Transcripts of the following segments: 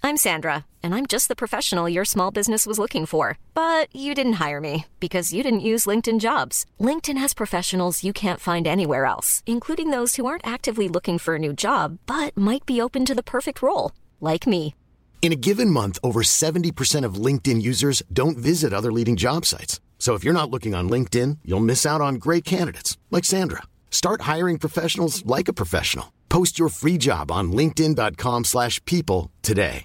I'm Sandra, and I'm just the professional your small business was looking for. But you didn't hire me because you didn't use LinkedIn Jobs. LinkedIn has professionals you can't find anywhere else, including those who aren't actively looking for a new job, but might be open to the perfect role, like me. In a given month, over 70% of LinkedIn users don't visit other leading job sites. So if you're not looking on LinkedIn, you'll miss out on great candidates like Sandra. Start hiring professionals like a professional. Post your free job on linkedin.com/people today.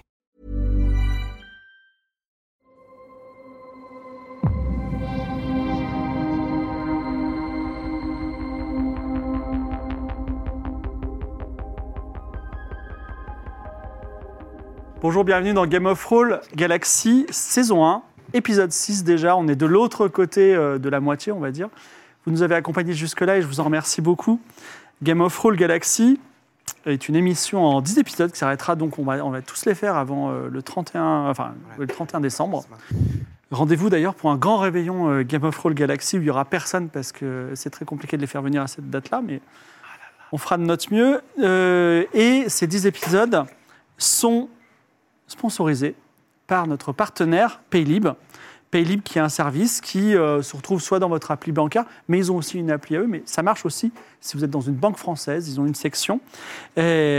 Bonjour, bienvenue dans Game of Thrones Galaxy, saison 1, épisode 6 déjà. On est de l'autre côté de la moitié, on va dire. Vous nous avez accompagnés jusque-là et je vous en remercie beaucoup. Game of Thrones Galaxy est une émission en 10 épisodes qui s'arrêtera, donc on va tous les faire avant le 31 décembre. Rendez-vous d'ailleurs pour un grand réveillon Game of Thrones Galaxy où il n'y aura personne parce que c'est très compliqué de les faire venir à cette date-là, mais on fera de notre mieux. Et ces 10 épisodes sont sponsorisés par notre partenaire Paylib. Paylib qui est un service qui se retrouve soit dans votre appli bancaire, mais ils ont aussi une appli à eux, mais ça marche aussi si vous êtes dans une banque française, ils ont une section, on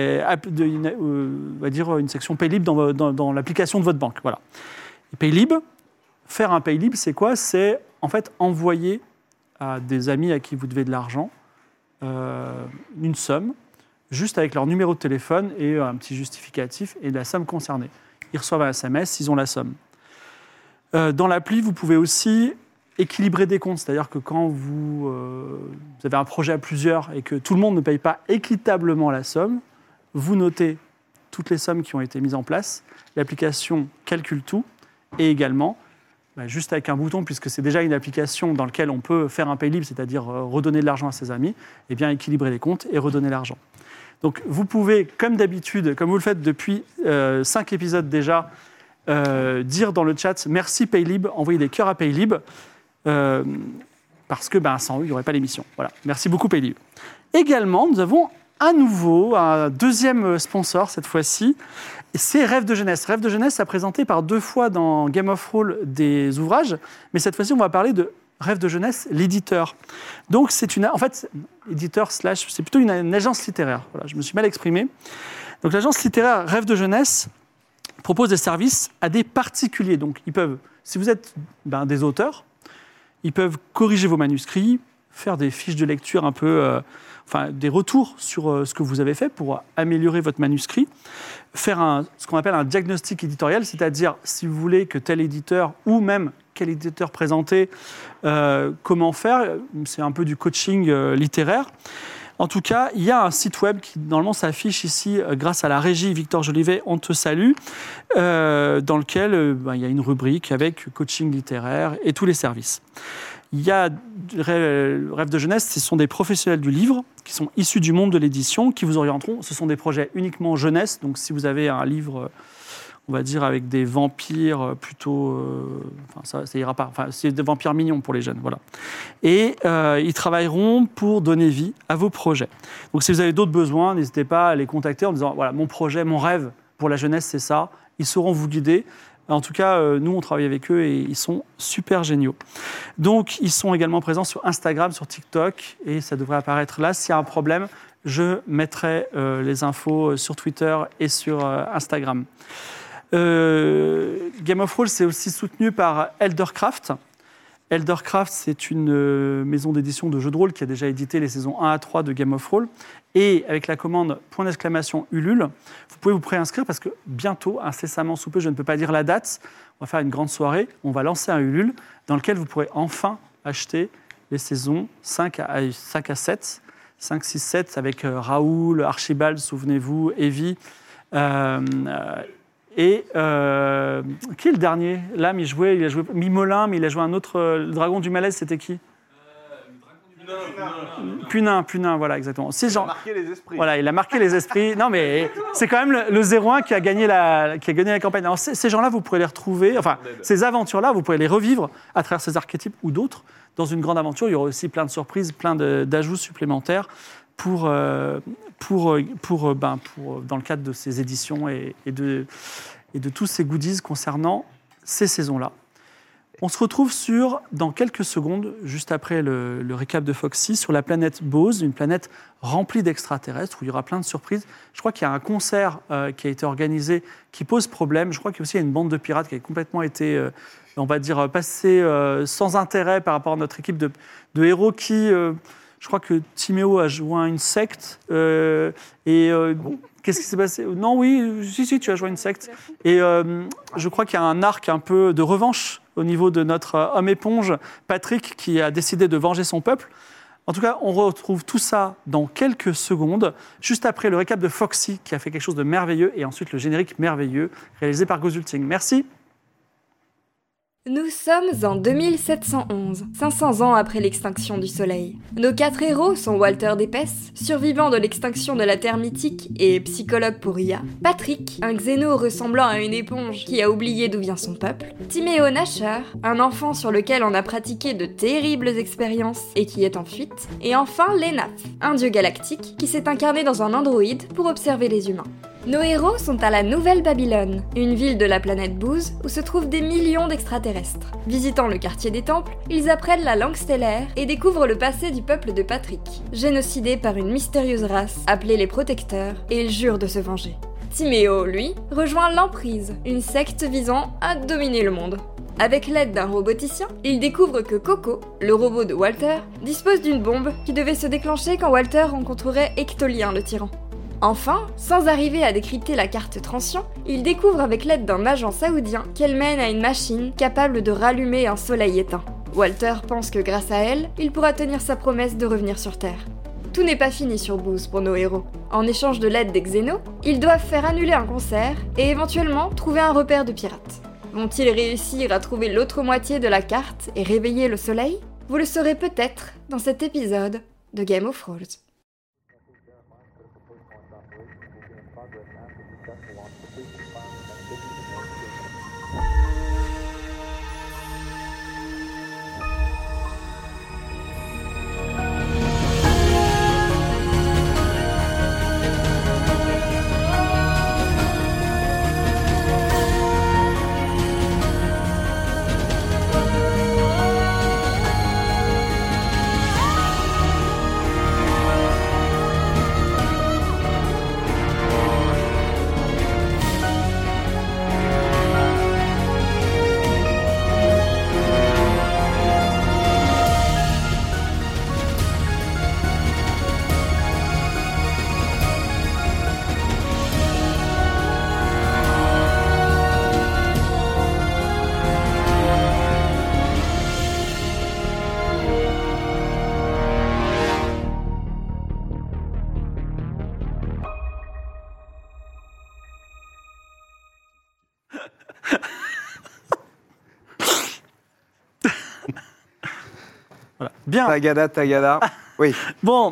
va dire une section Paylib dans l'application de votre banque. Voilà. Et Paylib, faire un Paylib, c'est quoi ? C'est en fait envoyer à des amis à qui vous devez de l'argent une somme, juste avec leur numéro de téléphone et un petit justificatif et la somme concernée. Ils reçoivent un SMS, ils ont la somme. Dans l'appli, vous pouvez aussi équilibrer des comptes, c'est-à-dire que quand vous avez un projet à plusieurs et que tout le monde ne paye pas équitablement la somme, vous notez toutes les sommes qui ont été mises en place, l'application calcule tout, et également, juste avec un bouton, puisque c'est déjà une application dans laquelle on peut faire un Paylib, c'est-à-dire redonner de l'argent à ses amis, et bien équilibrer les comptes et redonner l'argent. Donc vous pouvez, comme d'habitude, comme vous le faites depuis 5 épisodes déjà, dire dans le chat « Merci Paylib », envoyer des cœurs à Paylib, parce que sans eux, il n'y aurait pas l'émission. Voilà. Merci beaucoup Paylib. Également, nous avons un deuxième sponsor cette fois-ci, et c'est Rêve de Jeunesse. Rêve de Jeunesse a présenté par 2 fois dans Game of Thrones des ouvrages, mais cette fois-ci, on va parler de Rêve de Jeunesse, l'éditeur. Donc, c'est éditeur / c'est plutôt une agence littéraire. Voilà, je me suis mal exprimé. Donc, l'agence littéraire Rêve de Jeunesse propose des services à des particuliers. Donc, ils peuvent, si vous êtes des auteurs, ils peuvent corriger vos manuscrits, faire des fiches de lecture un peu, des retours sur ce que vous avez fait pour améliorer votre manuscrit, faire ce qu'on appelle un diagnostic éditorial, c'est-à-dire si vous voulez que tel éditeur ou même quel éditeur présenter, comment faire, c'est un peu du coaching littéraire. En tout cas, il y a un site web qui, normalement, s'affiche ici grâce à la régie Victor Jolivet, on te salue, dans lequel il y a une rubrique avec coaching littéraire et tous les services. Il y a Rêve de Jeunesse, ce sont des professionnels du livre qui sont issus du monde de l'édition, qui vous orienteront. Ce sont des projets uniquement jeunesse, donc si vous avez un livre, on va dire, avec des vampires plutôt... ça ira pas. C'est des vampires mignons pour les jeunes, voilà. Et ils travailleront pour donner vie à vos projets. Donc, si vous avez d'autres besoins, n'hésitez pas à les contacter en disant, voilà, mon projet, mon rêve pour la jeunesse, c'est ça. Ils sauront vous guider. En tout cas, nous, on travaille avec eux et ils sont super géniaux. Donc, ils sont également présents sur Instagram, sur TikTok, et ça devrait apparaître là. S'il y a un problème, je mettrai les infos sur Twitter et sur Instagram. Game of Thrones, c'est aussi soutenu par Eldercraft. Eldercraft, c'est une maison d'édition de jeux de rôle qui a déjà édité les saisons 1 à 3 de Game of Thrones. Et avec la commande !Ulule, vous pouvez vous préinscrire parce que bientôt, incessamment sous peu, je ne peux pas dire la date, on va faire une grande soirée, on va lancer un Ulule dans lequel vous pourrez enfin acheter les saisons 5 à 7, 5, 6, 7 avec Raoul, Archibald, souvenez-vous, Evie. Et qui est le dernier ? L'âme, il a joué Mimolin, mais il a joué un autre. Le dragon du malaise, c'était qui ? Punin, voilà, exactement. Il a marqué les esprits. Voilà, il a marqué les esprits. Non, mais c'est quand même le 0-1 qui a gagné la campagne. Alors, ces gens-là, vous pourrez les retrouver, ces aventures-là, vous pourrez les revivre à travers ces archétypes ou d'autres. Dans une grande aventure, il y aura aussi plein de surprises, plein d'ajouts supplémentaires pour dans le cadre de ces éditions et et de tous ces goodies concernant ces saisons-là. On se retrouve dans quelques secondes, juste après le récap de Foxy, sur la planète Bose, une planète remplie d'extraterrestres, où il y aura plein de surprises. Je crois qu'il y a un concert qui a été organisé qui pose problème. Je crois qu'il y a aussi une bande de pirates qui a complètement été, on va dire, passée sans intérêt par rapport à notre équipe de héros qui... je crois que Timéo a joint une secte qu'est-ce qui s'est passé? Non, oui, si, tu as joint une secte. Et je crois qu'il y a un arc un peu de revanche au niveau de notre homme éponge, Patrick, qui a décidé de venger son peuple. En tout cas, on retrouve tout ça dans quelques secondes, juste après le récap de Foxy, qui a fait quelque chose de merveilleux, et ensuite le générique merveilleux, réalisé par Gozulting. Merci. Nous sommes en 2711, 500 ans après l'extinction du Soleil. Nos 4 héros sont Walter Dépès, survivant de l'extinction de la Terre mythique et psychologue pour IA, Patrick, un xéno ressemblant à une éponge qui a oublié d'où vient son peuple, Timéo Nasher, un enfant sur lequel on a pratiqué de terribles expériences et qui est en fuite, et enfin Lenaf, un dieu galactique qui s'est incarné dans un androïde pour observer les humains. Nos héros sont à la Nouvelle-Babylone, une ville de la planète Booz où se trouvent des millions d'extraterrestres. Visitant le quartier des temples, ils apprennent la langue stellaire et découvrent le passé du peuple de Patrick, génocidé par une mystérieuse race appelée les Protecteurs, et ils jurent de se venger. Timéo, lui, rejoint l'Emprise, une secte visant à dominer le monde. Avec l'aide d'un roboticien, il découvre que Coco, le robot de Walter, dispose d'une bombe qui devait se déclencher quand Walter rencontrerait Ectolien le tyran. Enfin, sans arriver à décrypter la carte Transian, il découvre avec l'aide d'un agent saoudien qu'elle mène à une machine capable de rallumer un soleil éteint. Walter pense que grâce à elle, il pourra tenir sa promesse de revenir sur Terre. Tout n'est pas fini sur Booz pour nos héros. En échange de l'aide des Xénos, ils doivent faire annuler un concert et éventuellement trouver un repère de pirates. Vont-ils réussir à trouver l'autre moitié de la carte et réveiller le soleil? Vous le saurez peut-être dans cet épisode de Game of Thrones. Voilà. Bien. Tagada. Oui. Bon,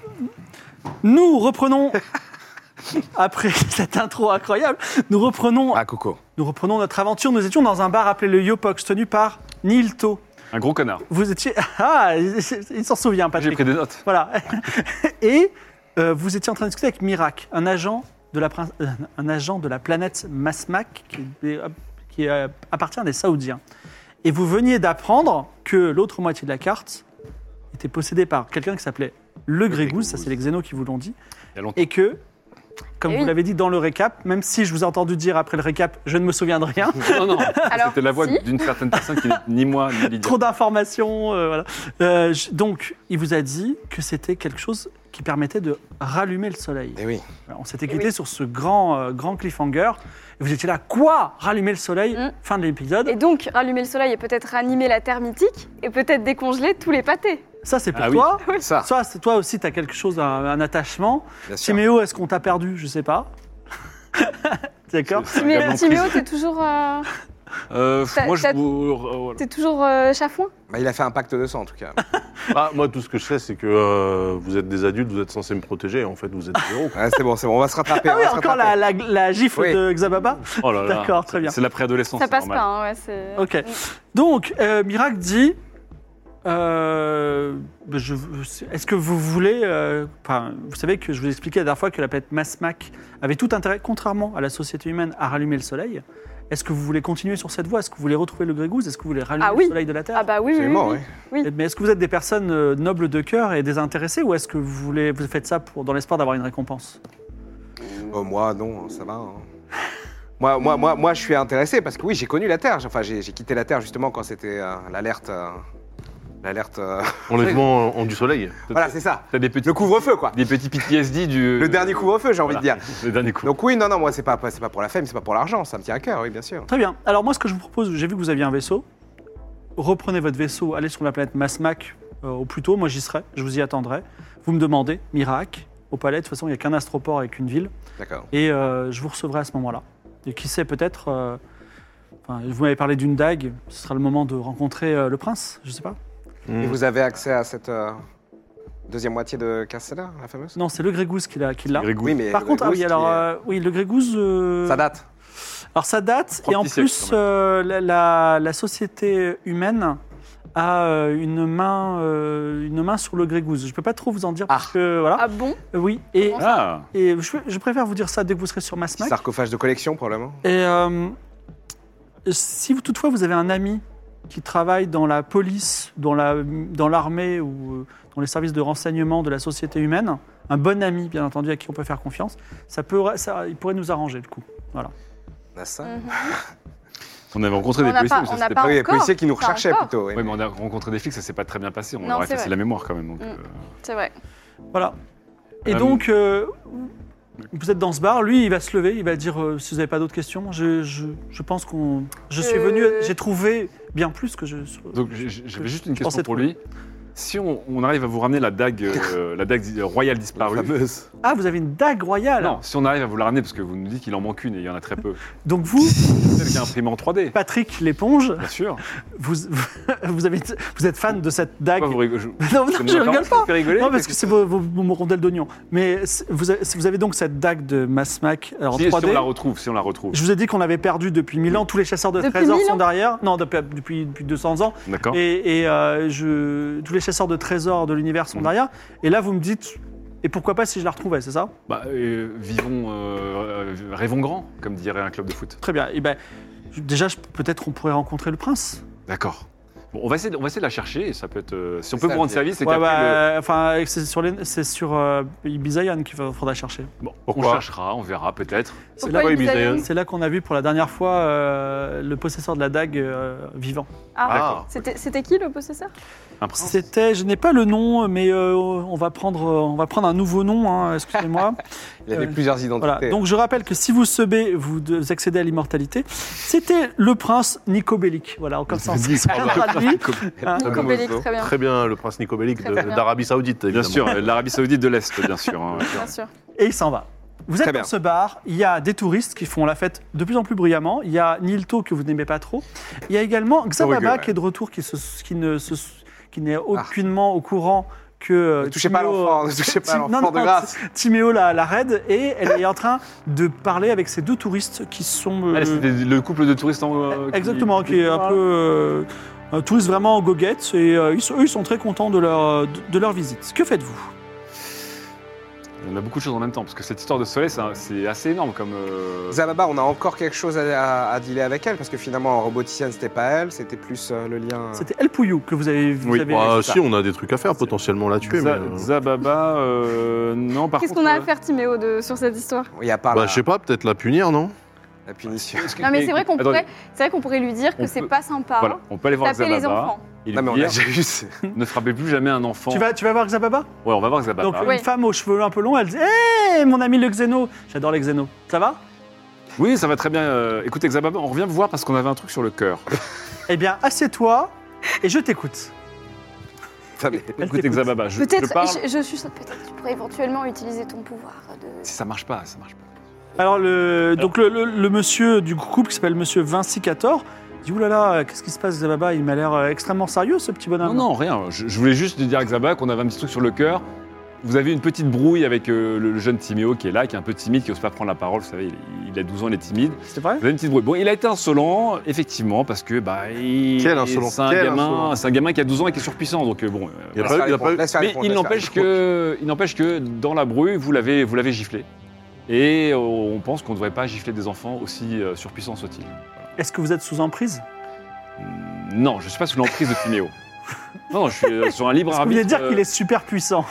nous reprenons, après cette intro incroyable, nous reprenons notre aventure. Nous étions dans un bar appelé le Yopox, tenu par Nilto. Un gros connard. Vous étiez... Ah, il s'en souvient, Patrick. J'ai pris des notes. Voilà. Et vous étiez en train de discuter avec Mirak, un agent de la planète Masmak qui appartient à des Saoudiens. Et vous veniez d'apprendre que l'autre moitié de la carte était possédée par quelqu'un qui s'appelait le Grégouze, ça c'est les Xénos qui vous l'ont dit, et que, comme vous l'avez dit dans le récap, même si je vous ai entendu dire après le récap, je ne me souviens de rien. Non. C'était la voix d'une certaine personne qui n'est ni moi ni Lydia. Trop d'informations, voilà. Donc, il vous a dit que c'était quelque chose qui permettait de rallumer le soleil. Et oui. Alors, on s'était quitté sur ce grand cliffhanger. Et vous étiez là, quoi? Rallumer le soleil? Fin de l'épisode. Et donc, rallumer le soleil et peut-être ranimer la Terre mythique et peut-être décongeler tous les pâtés. Ça, c'est pour toi. Oui. Ça. Toi aussi, tu as quelque chose, un attachement. Timéo, est-ce qu'on t'a perdu? Je sais pas. D'accord. Timéo, t'es toujours... T'es toujours chafouin? Il a fait un pacte de sang, en tout cas. Moi, tout ce que je sais, c'est que vous êtes des adultes, vous êtes censés me protéger, et en fait, vous êtes des héros. C'est bon, on va se rattraper. Ah oui, encore la gifle de Xababa. Oh là là. D'accord, très bien. C'est la préadolescence. Ça passe normal. pas, hein, ouais. Ok. Donc, Mirak dit, Est-ce que vous voulez... vous savez que je vous ai expliqué la dernière fois que la planète Masmac avait tout intérêt, contrairement à la société humaine, à rallumer le soleil. Est-ce que vous voulez continuer sur cette voie? Est-ce que vous voulez retrouver le Grégouze? Est-ce que vous voulez rallumer le soleil de la Terre? Ah bah oui, Absolument, oui. Mais est-ce que vous êtes des personnes nobles de cœur et désintéressées, ou est-ce que vous faites ça dans l'espoir d'avoir une récompense? Moi, non, ça va. Hein. Moi, je suis intéressé parce que oui, j'ai connu la Terre. Enfin, j'ai quitté la Terre justement quand c'était l'alerte. Enlèvement du soleil. Voilà, c'est ça. T'as des petits, Le couvre-feu, quoi. des petits PTSD du. Le dernier couvre-feu, j'ai envie de dire. Le dernier coup. Donc oui, non, moi, c'est pas pour la fame, c'est pas pour l'argent. Ça me tient à cœur, oui, bien sûr. Très bien. Alors moi, ce que je vous propose, j'ai vu que vous aviez un vaisseau. Reprenez votre vaisseau, allez sur la planète Masmac au plus tôt. Moi, j'y serai. Je vous y attendrai. Vous me demandez, Miraak, au palais. De toute façon, il n'y a qu'un astroport et qu'une ville. D'accord. Et je vous recevrai à ce moment-là. Et qui sait, peut-être... vous m'avez parlé d'une dague. Ce sera le moment de rencontrer le prince. Je sais pas. Et vous avez accès à cette deuxième moitié de Castellar, la fameuse? Non, c'est le Grégouze qui l'a. Oui, mais Par contre, le Grégouze... Ça date. Alors ça date, et en 30 siècles, plus, quand la société humaine a une main sur le Grégouze. Je ne peux pas trop vous en dire parce que voilà. Ah bon? Oui, et Comment Ah. je préfère vous dire ça dès que vous serez sur Masmac. Sarcophage de collection, probablement. Et si toutefois vous avez un ami qui travaille dans la police, dans l'armée ou dans les services de renseignement de la société humaine, un bon ami bien entendu à qui on peut faire confiance, il pourrait nous arranger du coup. Voilà. Ça. On avait rencontré des On n'a policiers, pas- mais ça on n'a c'était pas pas. Oui, les encore. policiers qui nous Pas recherchaient encore. plutôt. Oui. Oui, mais on a rencontré des flics, ça s'est pas très bien passé. On Non, leur a c'est effacé vrai. la mémoire quand même. Donc, C'est vrai. Voilà. Et donc, vous êtes dans ce bar, lui, il va se lever, il va dire si vous n'avez pas d'autres questions, je pense je suis venu, j'ai trouvé bien plus que je. Donc j'avais juste une Je pensais question pour lui. Si on arrive à vous ramener la dague royale disparue. Fameuse. Ah, vous avez une dague royale. Non, si on arrive à vous la ramener, parce que vous nous dites qu'il en manque une et il y en a très peu. Donc vous, Celle qui est imprimée en 3D. Patrick l'éponge, Bien sûr. vous êtes fan de cette dague. Pourquoi vous rigolez Non, je rigole pas. Vous faites rigoler Non, parce que c'est vos rondelles d'oignon. Mais vous avez donc cette dague de Masmac en Si 3D. on la retrouve, si on la retrouve. Je vous ai dit qu'on l'avait perdu depuis 1000 ans. Tous les chasseurs de Depuis trésors 1000 sont ans derrière. Non, depuis 200 ans. D'accord. Et tous les chasseurs de trésors de l'univers sont derrière. Et là, vous me dites, et pourquoi pas si je la retrouvais, c'est ça? Bah, rêvons grand, comme dirait un club de foot. Très bien. Et ben, déjà, peut-être on pourrait rencontrer le prince. D'accord. Bon, on va essayer de la chercher et ça peut être. Si on C'est peut ça, vous rendre le service, c'est Ouais, qu'après. enfin, c'est sur Ibizaïan qu'il faudra chercher. Bon, Pourquoi on cherchera, on verra peut-être. C'est Pourquoi là, Ibizaïan c'est là qu'on a vu pour la dernière fois le possesseur de la dague vivant. Ah, c'était qui le possesseur? Un prince. C'était, je n'ai pas le nom, mais on va prendre un nouveau nom, hein, excusez-moi. Il y avait plusieurs identités. Voilà. Donc je rappelle que si vous sebez, vous accédez à l'immortalité. C'était le prince Nico Bellic. Voilà, comme ça on s'est traduit. Hein. Nico Bellic, très bien. Très bien, le prince Nico Bellic Très bien. d'Arabie Saoudite, Bien évidemment. sûr, l'Arabie Saoudite de l'Est, bien sûr. Hein. Bien sûr. Et il s'en va. Vous êtes Très dans bien. ce bar, il y a des touristes qui font la fête de plus en plus bruyamment. Il y a Nilto que vous n'aimez pas trop. Il y a également Xababa Rugueux, ouais. qui est de retour, qui n'est aucunement au courant que Ne touchez pas à l'enfant, ne touchez pas à l'enfant de grâce. Timéo la raide et elle est en train de parler avec ces deux touristes qui sont... Allez, c'était le couple de touristes en. exactement, qui est un peu... un touriste vraiment en goguette et eux, ils sont très contents de leur visite. Que faites-vous? On a beaucoup de choses en même temps, parce que cette histoire de soleil, c'est assez énorme comme. Zababa, on a encore quelque chose à dealer avec elle, parce que finalement, en roboticienne, c'était pas elle, c'était plus le lien. C'était El Pouillou que vous avez... Oui. Ah, c'est si, on a des trucs à faire potentiellement là-dessus. mais, Zababa, non, par Qu'est-ce contre. qu'on a à faire, Timéo, sur cette histoire? Il y a pas Bah, je sais pas, peut-être la punir, non? la punition. Non, mais c'est vrai qu'on Attendez, pourrait lui dire que On c'est peut- pas sympa. Voilà, on peut aller voir Taper les Zababa enfants. et lui Non, mais on a dire déjà eu. ce- ne frappez plus jamais un enfant. Tu vas voir Xababa? Ouais, on va voir Zababa. Donc Oui. une femme aux cheveux un peu longs, elle dit hé, mon ami le Xeno. J'adore les Xénos. Ça va? Oui, ça va très bien. Écoutez, Zababa, on revient vous voir parce qu'on avait un truc sur le cœur. Eh bien, assieds-toi et je t'écoute. Putain, mais- Elle Écoutez, t'écoute. Zababa, je Peut-être, parle. je suis peut-être que tu pourrais éventuellement utiliser ton pouvoir de... Si ça marche pas, ça marche pas. Alors, donc le monsieur du couple qui s'appelle monsieur Vinci Cator dit oulala, qu'est-ce qui se passe Zababa? Il m'a l'air extrêmement sérieux ce petit bonhomme. Non, non, rien. Je voulais juste dire à Zababa qu'on avait un petit truc sur le cœur. Vous avez une petite brouille avec le jeune Timéo qui est là, qui est un peu timide, qui n'ose pas prendre la parole. Vous savez, il a 12 ans, il est timide. C'est vrai? Vous avez une petite brouille. Bon, il a été insolent, effectivement, parce que Quel insolent. c'est un gamin qui a 12 ans et qui est surpuissant. Donc bon. Il y a voilà. pas eu. Mais il n'empêche que dans la brouille, vous l'avez giflé. Et on pense qu'on ne devrait pas gifler des enfants aussi surpuissants soient-ils. Voilà. Est-ce que vous êtes sous emprise? Non, je ne suis pas sous l'emprise de Timéo. Non, je suis sur un libre Est-ce que vous arbitre. voulez dire qu'il est super puissant?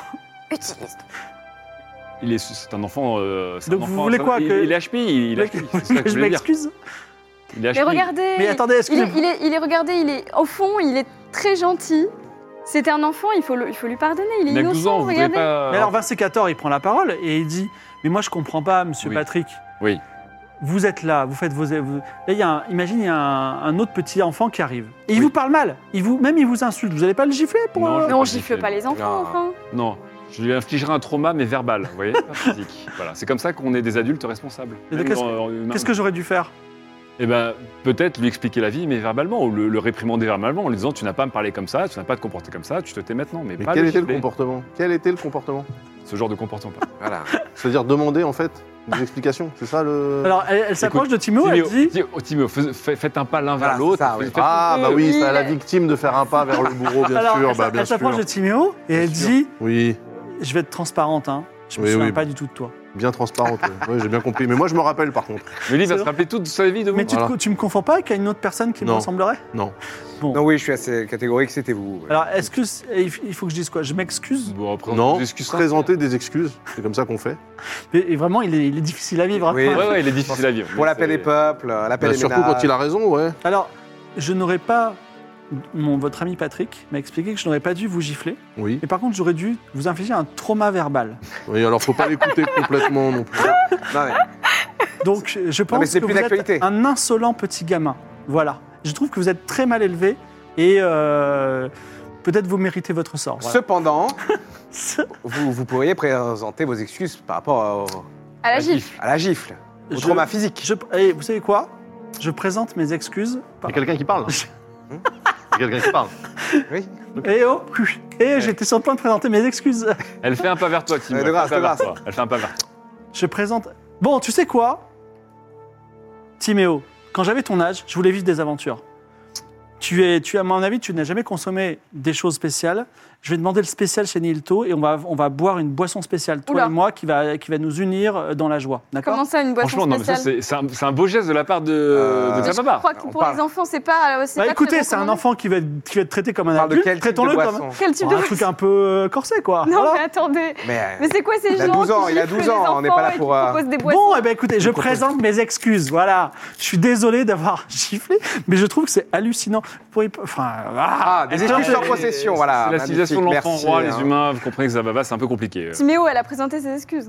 C'est un enfant. Donc vous voulez quoi que... Il est HP. Il est HP. C'est ça que Je voulais dire. m'excuse. Il est Mais HP. regardez, Mais attendez, excusez-moi. il est au fond, il est très gentil. C'était un enfant, il faut lui pardonner, il est Il a 12 innocent, ans, vous ne regardez. pas. Mais alors Vincecator, il prend la parole et il dit « Mais moi, je comprends pas, monsieur Oui. Patrick. Oui. Vous êtes là, vous faites vos... Là, imagine, il y a un autre petit enfant qui arrive. Et il Oui. vous parle mal. Il même il vous insulte. Vous n'allez pas le gifler pour... Non, je- Mais on pas gifle gifler. pas les enfants, Non. enfin. Non, je lui infligerai un trauma, mais verbal, vous voyez, pas physique. Voilà, c'est comme ça qu'on est des adultes responsables. Et Même qu'est-ce- humains. Qu'est-ce que j'aurais dû faire? Eh ben, peut-être lui expliquer la vie, mais verbalement, ou le réprimander verbalement, en lui disant tu n'as pas à me parler comme ça, tu n'as pas à te comporter comme ça, tu te tais maintenant, mais Mais pas quel le était le gifler. comportement? Quel était le comportement? Ce genre de comportement. Voilà. C'est-à-dire demander, en fait, des explications. C'est ça le. Alors, elle s'approche de Timo, elle dit... Timéo, faites un pas l'un vers Voilà, l'autre. c'est ça, oui. Ah, bah oui, Oui, c'est à la mais- victime de faire un pas vers le bourreau, bien Alors, sûr. elle, Bah, bien elle s'approche sûr. de Timéo et elle Bien sûr. dit Oui, « Je vais être transparente, hein. Je me Oui, souviens oui. pas du tout de toi. bien transparente. Oui, j'ai bien compris. Mais moi, je me rappelle, par contre. Mais lui, il va C'est se vrai. rappeler toute sa vie de vous. Mais Voilà. tu me confonds pas avec une autre personne qui me Non. ressemblerait? Non. Non, oui, je suis assez catégorique, c'était vous. Alors, est-ce que... Il faut que je dise quoi? Je m'excuse? Bon, après, Non, des excuses présenter des excuses. C'est comme ça qu'on fait. Et vraiment, il est difficile à vivre. Oui. Ouais, il est difficile à vivre. Pour la paix des peuples, la paix Bah, des surtout ménages. quand il a raison, ouais. Alors, je n'aurais pas... votre ami Patrick m'a expliqué que je n'aurais pas dû vous gifler. Oui. Et par contre, j'aurais dû vous infliger un trauma verbal. Oui, alors faut pas l'écouter complètement non plus. Non, mais Donc, je pense mais c'est que plus vous êtes d'actualité. un insolent petit gamin. Voilà. Je trouve que vous êtes très mal élevé et peut-être vous méritez votre sort. Voilà. cependant, vous pourriez présenter vos excuses par rapport À la gifle. à la gifle, au Je- trauma physique. Et vous savez quoi? Je présente mes excuses. Il y a quelqu'un qui parle. Il y a quelqu'un qui parle. Oui. Et oh, et j'étais sur le point de présenter mes excuses. Elle fait un pas vers toi, Timéo. De Elle fait grâce, un pas de vers grâce. toi. Elle fait un pas vers toi. Je présente. Bon, tu sais quoi, Timéo, quand j'avais ton âge, je voulais vivre des aventures. À mon avis, tu n'as jamais consommé des choses spéciales. Je vais demander le spécial chez Nilto et on va boire une boisson spéciale, toi Oula. et moi, qui va nous unir dans la joie. D'accord? Comment ça, une boisson Franchement, non, mais ça, spéciale? c'est un beau geste de la part de Mais sa je papa. crois que On pour parle. les enfants, c'est pas. Bah, écoutez, c'est un enfant qui va être traité comme un On parle de adulte. quel type de Traitons-le boisson comme Quel type un de truc boisson? un peu corsé, quoi. Non, Voilà. mais attendez. Mais, Mais c'est quoi ces Il a gens 12 ans, qui il a giflent 12 les ans, on n'est enfants pas là et pour, qui proposent des boissons? Bon, eh ben écoutez, je présente mes excuses. Voilà, je suis désolé d'avoir giflé, mais je trouve que c'est hallucinant. Enfin, des excuses sans procession, voilà. C'est la civilisation de magnifique, l'enfant merci, roi, hein. les humains, vous comprenez que ça va, c'est un peu compliqué. Timéo, elle a présenté ses excuses.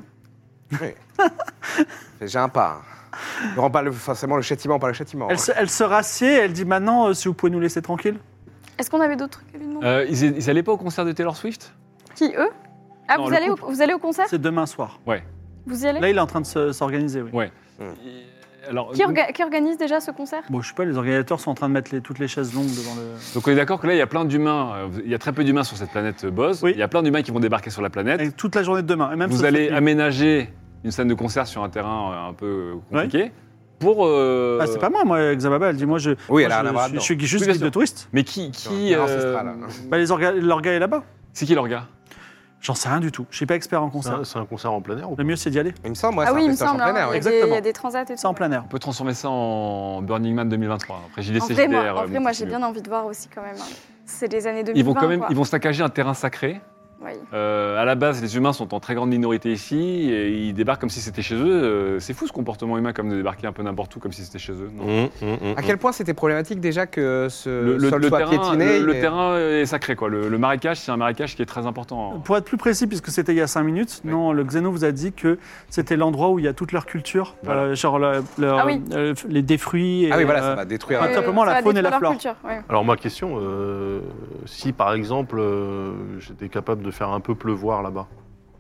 J'ai un pas. Ne rends pas forcément le châtiment par le châtiment. elle se rassied, elle dit maintenant, si vous pouvez nous laisser tranquille. Est-ce qu'on avait d'autres trucs à lui demander? Ils allaient pas au concert de Taylor Swift? Qui, eux? Ah, Non, vous le allez, couple. vous allez au concert? C'est demain soir. Vous y allez? Là, il est en train de s'organiser, oui. Ouais. Alors, Qui organise déjà ce concert? Bon, je sais pas, les organisateurs sont en train de mettre toutes les chaises longues devant le... donc on est d'accord que là, il y a plein d'humains, il y a très peu d'humains sur cette planète Boz. Oui. Il y a plein d'humains qui vont débarquer sur la planète. Et toute la journée de demain. Et même Vous ce allez cette nuit. aménager une scène de concert sur un terrain un peu compliqué pour... Ah, c'est pas moi, Xababa, elle dit moi, Oui, elle moi, a rien à voir je dedans. suis juste Oui, bien guide de sûr. touriste. Mais qui C'est ancestral. Bah, l'orga est là-bas. C'est qui l'orga? J'en sais rien du tout. Je suis pas expert en concert. C'est un concert en plein air ou pas? Le mieux, c'est d'y aller. Il me semble, ouais, Ah c'est oui, un il me festival semble. en plein hein, air, oui. il y a Exactement. des transats et tout. C'est en plein air. On peut transformer ça en Burning Man 2023. Après, j'y laisse En vrai, moi, j'ai bien envie de voir aussi quand même. hein. C'est les années 2020. Ils vont quand même, quoi. ils vont saccager un terrain sacré. Oui. À la base, les humains sont en très grande minorité ici et ils débarquent comme si c'était chez eux. C'est fou ce comportement humain, comme de débarquer un peu n'importe où, comme si c'était chez eux. Non. À quel point c'était problématique déjà que ce Le sol soit piétiné le et- terrain est sacré, quoi. Le marécage, c'est un marécage qui est très important. Pour être plus précis, puisque c'était il y a 5 minutes, Oui. non, le Xeno vous a dit que c'était l'endroit où il y a toute leur culture, Voilà. genre Ah oui. des fruits. Et, Ah oui, voilà, ça va détruire. tout simplement ça la va faune et la détruire leur flore. culture, ouais. Alors ma question, si par exemple j'étais capable de faire un peu pleuvoir là-bas,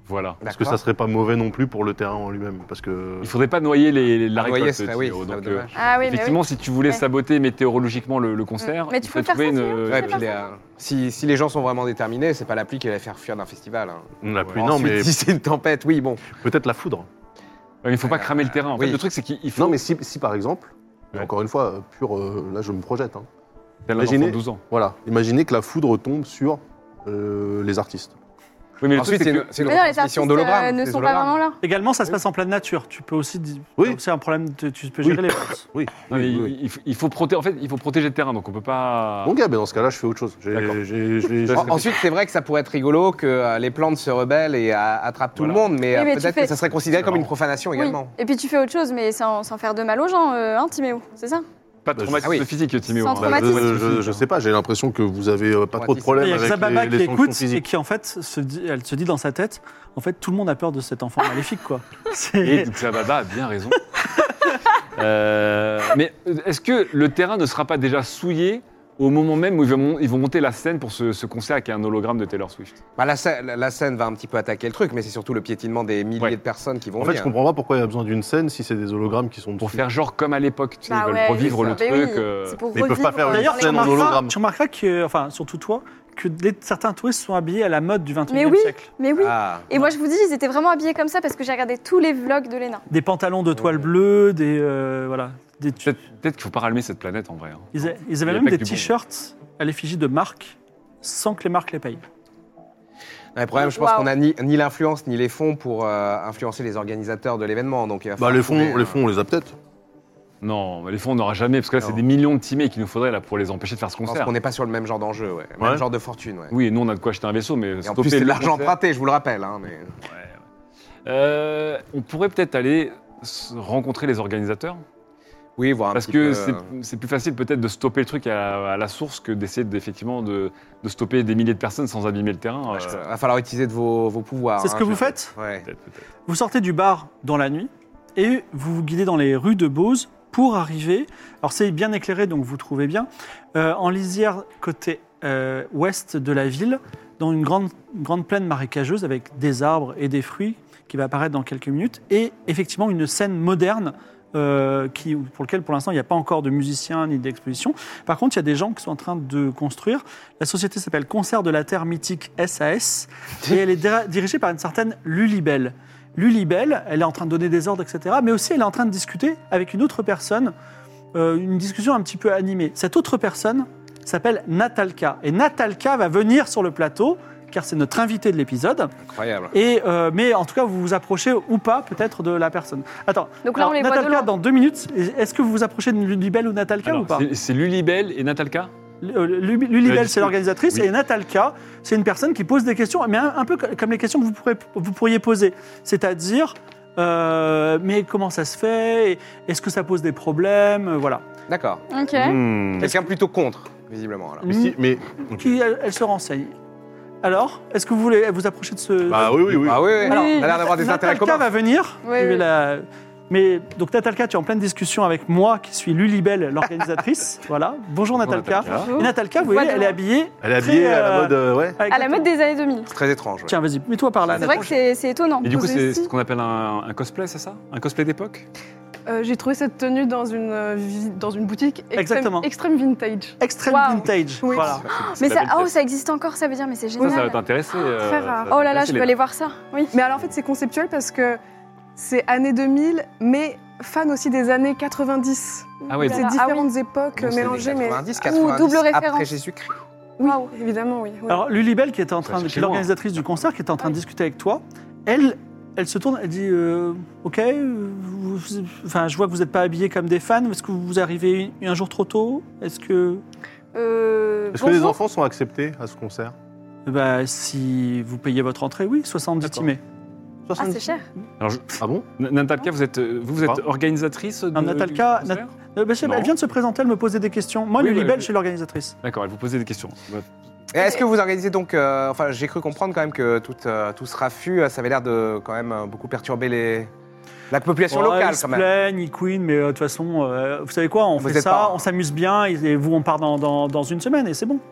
Voilà. Parce que ça serait pas mauvais non plus pour le terrain en lui-même. Parce que. Il faudrait pas noyer la Noyer, récolte. ce serait- oui, Timéo. ce serait Donc, dommage. Ah oui, mais effectivement, oui. si tu voulais Ouais. saboter météorologiquement le concert, Mais tu il peux faut faire trouver ça, une. Timéo. Ouais, peux puis faire si les gens sont vraiment déterminés, c'est pas la pluie qui va les faire fuir d'un festival. Hein. La pluie, non, Ensuite, mais si c'est une tempête, oui, bon. peut-être la foudre. Ouais, mais il faut pas cramer le terrain. En fait, oui. le truc, c'est qu'il faut. Non, mais si par exemple, Ouais. encore une fois, là je me projette. Hein. Tel un enfant de imaginez- 12 ans. Voilà, imaginez que la foudre tombe sur les artistes. Oui, mais le Ensuite, truc, c'est c'est une, c'est une Mais non, les retransmission artistes d'hologramme. ne des sont pas hologrammes. vraiment là. Également, ça se passe en pleine nature. Tu peux aussi. Oui. C'est un problème. Tu peux gérer Oui. les forces. Oui. Non, mais oui, oui. il faut protéger. En fait, il faut protéger le terrain, donc on peut pas. Bon gars, ben dans ce cas-là, je fais autre chose. D'accord. Ensuite, c'est vrai que ça pourrait être rigolo que les plantes se rebellent et attrapent tout le Voilà. monde, mais, Oui, mais tu peut-être fais- que ça serait considéré C'est comme une marrant. profanation Oui. également. Et puis tu fais autre chose, mais sans faire de mal aux gens, hein, Timéo, c'est ça? Pas de Bah, traumatisme ah oui. physique, Timéo. Sans hein. traumatisme. Je sais pas, j'ai l'impression que vous avez pas trop de Il problèmes y a avec Xababa les qui sanctions écoute et physiques. qui, en fait, elle se dit dans sa tête, en fait, tout le monde a peur de cet enfant maléfique, quoi. Et C'est- Xababa a bien raison. Mais est-ce que le terrain ne sera pas déjà souillé au moment même où ils vont monter la scène pour ce concert qui est un hologramme de Taylor Swift? Bah, la scène va un petit peu attaquer le truc, mais c'est surtout le piétinement des milliers Ouais. de personnes qui vont En fait, venir. je comprends pas pourquoi il y a besoin d'une scène si c'est des hologrammes qui sont Pour dessus. faire genre comme à l'époque, tu sais, Bah ils veulent ouais, revivre c'est le ça. truc. Mais oui, c'est pour Mais ils peuvent pas faire une revivre D'ailleurs, dans scène en les- hologramme. tu remarqueras que, enfin, surtout toi, que certains touristes sont habillés à la mode du 21e Mais oui. siècle. Mais oui. Ah. Et moi je vous dis, ils étaient vraiment habillés comme ça parce que j'ai regardé tous les vlogs de Léna. Des pantalons de toile bleue, des voilà, des Peut-être qu'il faut pas rallumer cette planète en vrai. hein. ils avaient Il y a même pas des que du bon. t-shirts à l'effigie de marques sans que les marques les payent. Le problème, je pense Waouh. qu'on a ni l'influence ni les fonds pour influencer les organisateurs de l'événement. Donc, il va Bah, falloir les trouver, fonds, on les a peut-être. Non, mais les fonds on n'aura jamais, parce que là c'est Non. des millions de timés qu'il nous faudrait là pour les empêcher de faire ce Je pense concert. qu'on n'est pas sur le même genre d'enjeu, ouais. Ouais. Même genre de fortune, ouais. Oui, nous on a de quoi acheter un vaisseau, mais Et en plus, c'est de l'argent emprunté, je vous le rappelle. Hein, mais... On pourrait peut-être aller rencontrer les organisateurs, Oui, voir un parce petit que peu, c'est plus facile peut-être de stopper le truc à la source que d'essayer effectivement de stopper des milliers de personnes sans abîmer le terrain. Il va falloir utiliser de vos pouvoirs. C'est ce hein, que vous je- faites Ouais. Peut-être. Vous sortez du bar dans la nuit et vous vous guidez dans les rues de Beauce pour arriver. Alors c'est bien éclairé, donc vous trouvez bien. En lisière côté ouest de la ville, dans une grande plaine marécageuse avec des arbres et des fruits qui va apparaître dans quelques minutes. Et effectivement une scène moderne pour lequel pour l'instant il n'y a pas encore de musiciens ni d'exposition. Par contre, il y a des gens qui sont en train de construire. La société s'appelle Concert de la Terre Mythique SAS et elle est dirigée par une certaine Lulibelle. Lulibelle, elle est en train de donner des ordres, etc. Mais aussi, elle est en train de discuter avec une autre personne, une discussion un petit peu animée. Cette autre personne s'appelle Natalka. Et Natalka va venir sur le plateau, car c'est notre invité de l'épisode. Incroyable. Et, mais en tout cas, vous vous approchez ou pas peut-être de la personne. Attends, Donc là, on les voit de Natalka, loin. dans 2 minutes, est-ce que vous vous approchez de Lulibelle ou Natalka Alors, ou pas c'est Lulibelle et Natalka. Lulibelle, c'est l'organisatrice, Oui. et Natalka, c'est une personne qui pose des questions, mais un peu comme les questions que vous pourriez poser. C'est-à-dire, mais comment ça se fait? Est-ce que ça pose des problèmes? Voilà. D'accord. Ok. Hmm. Quelqu'un plutôt contre, visiblement. Alors. Mais si, mais. ok. Qui, elle se renseigne. Alors, est-ce que vous voulez vous approcher de ce... Bah oui, oui, oui. Ah oui, oui. Alors, On a l'air d'avoir des intérêts Natalka communs. va venir. Oui, Je vais oui. la- Mais donc Natalka, tu es en pleine discussion avec moi, qui suis Lulibelle, l'organisatrice. Voilà. Bonjour Natalka. Natalka. Et Natalka, vous Voilà. voyez, elle est habillée. Elle est habillée très, à la mode, ouais. avec- À la mode des années 2000. C'est très étrange. ouais. Tiens, vas-y, mets-toi par là. C'est vrai que c'est étonnant. Et du coup, Posé c'est ici. ce qu'on appelle un cosplay, c'est ça? Un cosplay d'époque? J'ai trouvé cette tenue dans une boutique Exactement. extrême vintage. Extreme Waouh. vintage. Oui. Voilà. Mais la ça, belle oh, pièce. ça existe encore, ça veut dire, mais c'est Ça génial. va t'intéresser. Très rare. Oh là là, je veux aller voir ça. Oui. Mais alors en fait, c'est conceptuel parce que c'est années 2000, mais fan aussi des années 90. Ah oui, C'est Ah différentes époques Donc, c'est mélangées, les mais 90, Ou 90 double après référence. Jésus-Christ. oui, Waouh. évidemment, oui. oui. Alors Lulibelle, qui est Ça va qui est chercher loin. l'organisatrice du concert, qui est en train de discuter avec toi, elle se tourne, elle dit Ok, enfin, je vois que vous n'êtes pas habillés comme des fans. Est-ce que vous arrivez un jour trop tôt? Est-ce que. Est-ce que les enfants sont acceptés à ce concert Bah, si vous payez votre entrée, oui, 70 D'accord. timés. Ah, c'est cher. Alors, Ah bon Natalka, vous êtes Pas. organisatrice de, Natalka, du concert Bah, je sais pas, Non. elle vient de se présenter, elle me posait des questions. Moi, Oui, Lulibelle, oui. je suis l'organisatrice. D'accord, elle vous posait des questions. Et est-ce que vous organisez donc, enfin, j'ai cru comprendre quand même que tout ce raffut, ça avait l'air de quand même beaucoup perturber la population Ouais, locale ils se quand même. plaignent, ils couinent, mais de toute façon, vous savez quoi, on Vous fait êtes ça, pas- on s'amuse bien, et vous, on part dans une semaine, et c'est bon.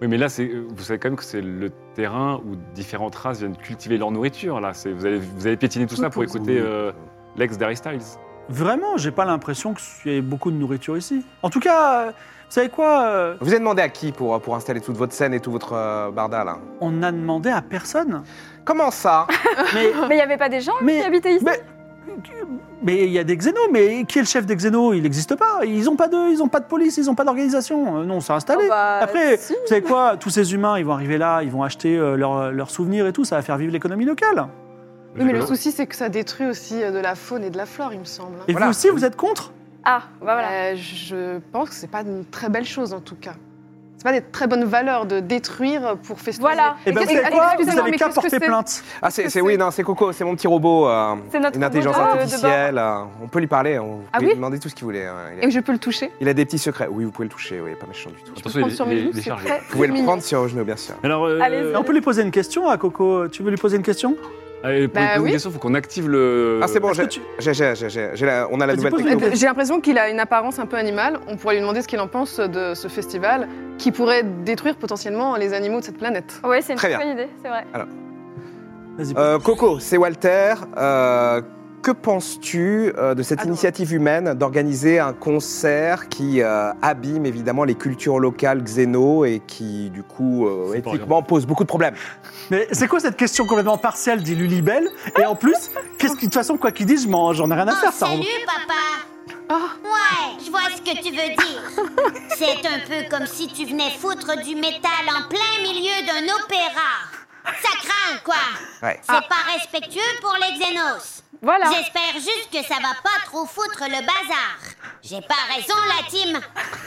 Oui, mais là, vous savez quand même que c'est le terrain où différentes races viennent cultiver leur nourriture. Là, vous allez piétiner tout ça pour écouter l'ex d'Harry Styles. Vraiment, j'ai pas l'impression qu'il y ait beaucoup de nourriture ici. En tout cas, vous savez quoi Vous avez demandé à qui pour installer toute votre scène et tout votre barda, là? On n'a demandé à personne. Comment ça? Mais Mais il n'y avait pas des gens qui habitaient ici? Mais il y a des xénos, mais qui est le chef des xénos? Il n'existe pas. Ils n'ont pas de police, ils n'ont pas d'organisation. Non, c'est installé. Oh bah, Après, si. vous savez quoi? Tous ces humains, ils vont arriver là, ils vont acheter leurs souvenirs et tout. Ça va faire vivre l'économie locale. Oui, mais le souci, c'est que ça détruit aussi de la faune et de la flore, il me semble. Et vous aussi, vous êtes contre? Ah, bah voilà. Je pense que c'est pas une très belle chose, en tout cas. C'est pas des très bonnes valeurs de détruire pour festiviser. Voilà. Et bien, vous qu'est-ce savez que- quoi? Vous excusez-moi, avez mais qu'à qu'est-ce que porter c'est plainte. Ah, c'est Coco, c'est mon petit robot, C'est notre une intelligence robot de artificielle. On peut lui parler, on Ah peut oui lui demander tout ce qu'il voulait. Et je peux le toucher. Il a des petits secrets. Oui, vous pouvez le toucher, oui, pas méchant du tout. Attention, prendre sur mes joues, les c'est charger. très- Vous pouvez le mignon. prendre sur vos genoux, bien sûr. Alors, Allez-y. On peut lui poser une question à Coco. Tu veux lui poser une question? allez, pour Bah poser une oui. question, il faut qu'on active le. Ah, c'est bon, Est-ce que tu- on a la Vas-y, nouvelle pose-lui techno. une J'ai l'impression qu'il a une apparence un peu animale. On pourrait lui demander ce qu'il en pense de ce festival qui pourrait détruire potentiellement les animaux de cette planète. Ouais, c'est une Très très bien. bonne idée, c'est vrai. Vas-y. Coco, c'est Walter. Que penses-tu de cette Attends. initiative humaine d'organiser un concert qui abîme évidemment les cultures locales xéno et qui, du coup, C'est pas éthiquement pose beaucoup de problèmes? Mais c'est quoi cette question complètement partielle, dit Lulibelle? Et en plus, de toute façon, quoi qu'il dise, j'en ai rien à faire, ça. Salut papa. Ouais, je vois ce que tu veux dire. C'est un peu comme si tu venais foutre du métal en plein milieu d'un opéra. Ça craint quoi. Ouais. C'est pas respectueux pour les xénos. Voilà. J'espère juste que ça va pas trop foutre le bazar. J'ai pas raison la team.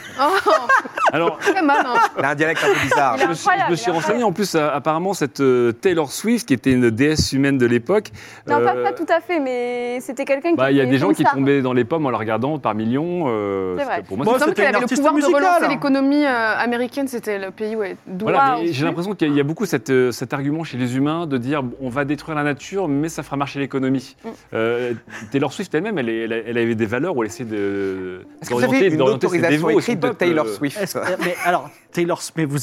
Alors, Très malin. Il a un dialecte un peu bizarre. Il a- je me suis Incroyable, renseigné. En plus, apparemment, cette Taylor Swift, qui était une déesse humaine de l'époque. Non, pas tout à fait, mais c'était quelqu'un qui. Il y a était des gens une qui star. tombaient dans les pommes en la regardant par millions. C'est vrai. Pour moi, Bon, Il me semble c'était qu'elle une avait le artiste pouvoir de musicale. relancer l'économie américaine. C'était le pays d'où Voilà, Wow. mais j'ai l'impression qu'il y a beaucoup cet argument chez les humains de dire on va détruire la nature, mais ça fera marcher l'économie. Taylor Swift elle-même, elle avait des valeurs où elle essayait Est-ce que vous avez une d'orienter ses autorisation dévots, écrite son de peuple, Taylor Swift? Mais alors, Taylor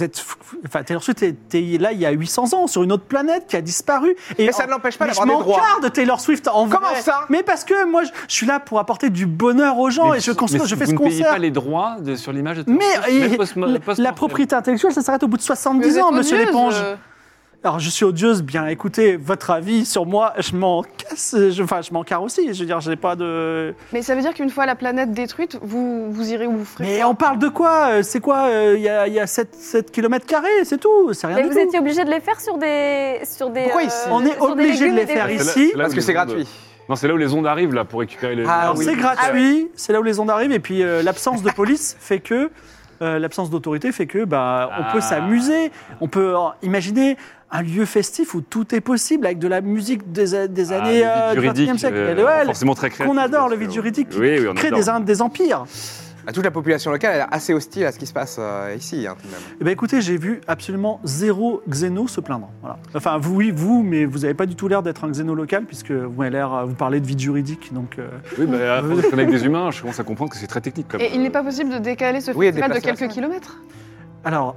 Swift était là il y a 800 ans, sur une autre planète qui a disparu. Et Mais ça ne l'empêche pas d'avoir des Je droits. m'en carre de Taylor Swift en vrai. Comment ça? Mais parce que moi, je suis là pour apporter du bonheur aux gens Mais et je vous fais ce ne payez concert. pas les droits sur l'image de Taylor Mais Swift, même la propriété intellectuelle, ça s'arrête au bout de Vous 70 êtes ans, monsieur odieuse, l'éponge. Alors, je suis odieuse, bien écoutez, votre avis sur moi, je m'en casse, je m'en carre aussi. Je veux dire, j'ai pas de. Mais ça veut dire qu'une fois la planète détruite, vous irez où vous ferez Mais quoi on parle de quoi? C'est quoi? Il y a 7 km², c'est tout. C'est rien Mais du vous tout. étiez obligé de les faire sur des. Pourquoi ici On est sur des obligé de légumes les et des faire fruits. ici. Parce que c'est gratuit. Non, c'est là où les ondes arrivent là pour récupérer les. Ah, Alors oui. c'est gratuit, c'est là où les ondes arrivent, et puis l'absence de police fait que, l'absence d'autorité fait que, on peut s'amuser, on peut imaginer un lieu festif où tout est possible, avec de la musique des années le vide du XXe juridique, siècle. forcément très créatif. Qu'on adore, le vide juridique, qui Oui, on crée adore. des empires. Toute la population locale a l'air assez hostile à ce qui se passe ici, hein, tout de même. Eh ben, écoutez, j'ai vu absolument 0 xéno se plaindre. Voilà. Enfin, vous, mais vous n'avez pas du tout l'air d'être un xéno local, puisque vous parlez de vide juridique, donc... Oui, mais à force de connaître des humains, je commence à comprendre que c'est très technique. Comme... Et il n'est pas possible de décaler ce Oui, festival de déplacer la quelques salle. kilomètres? Alors,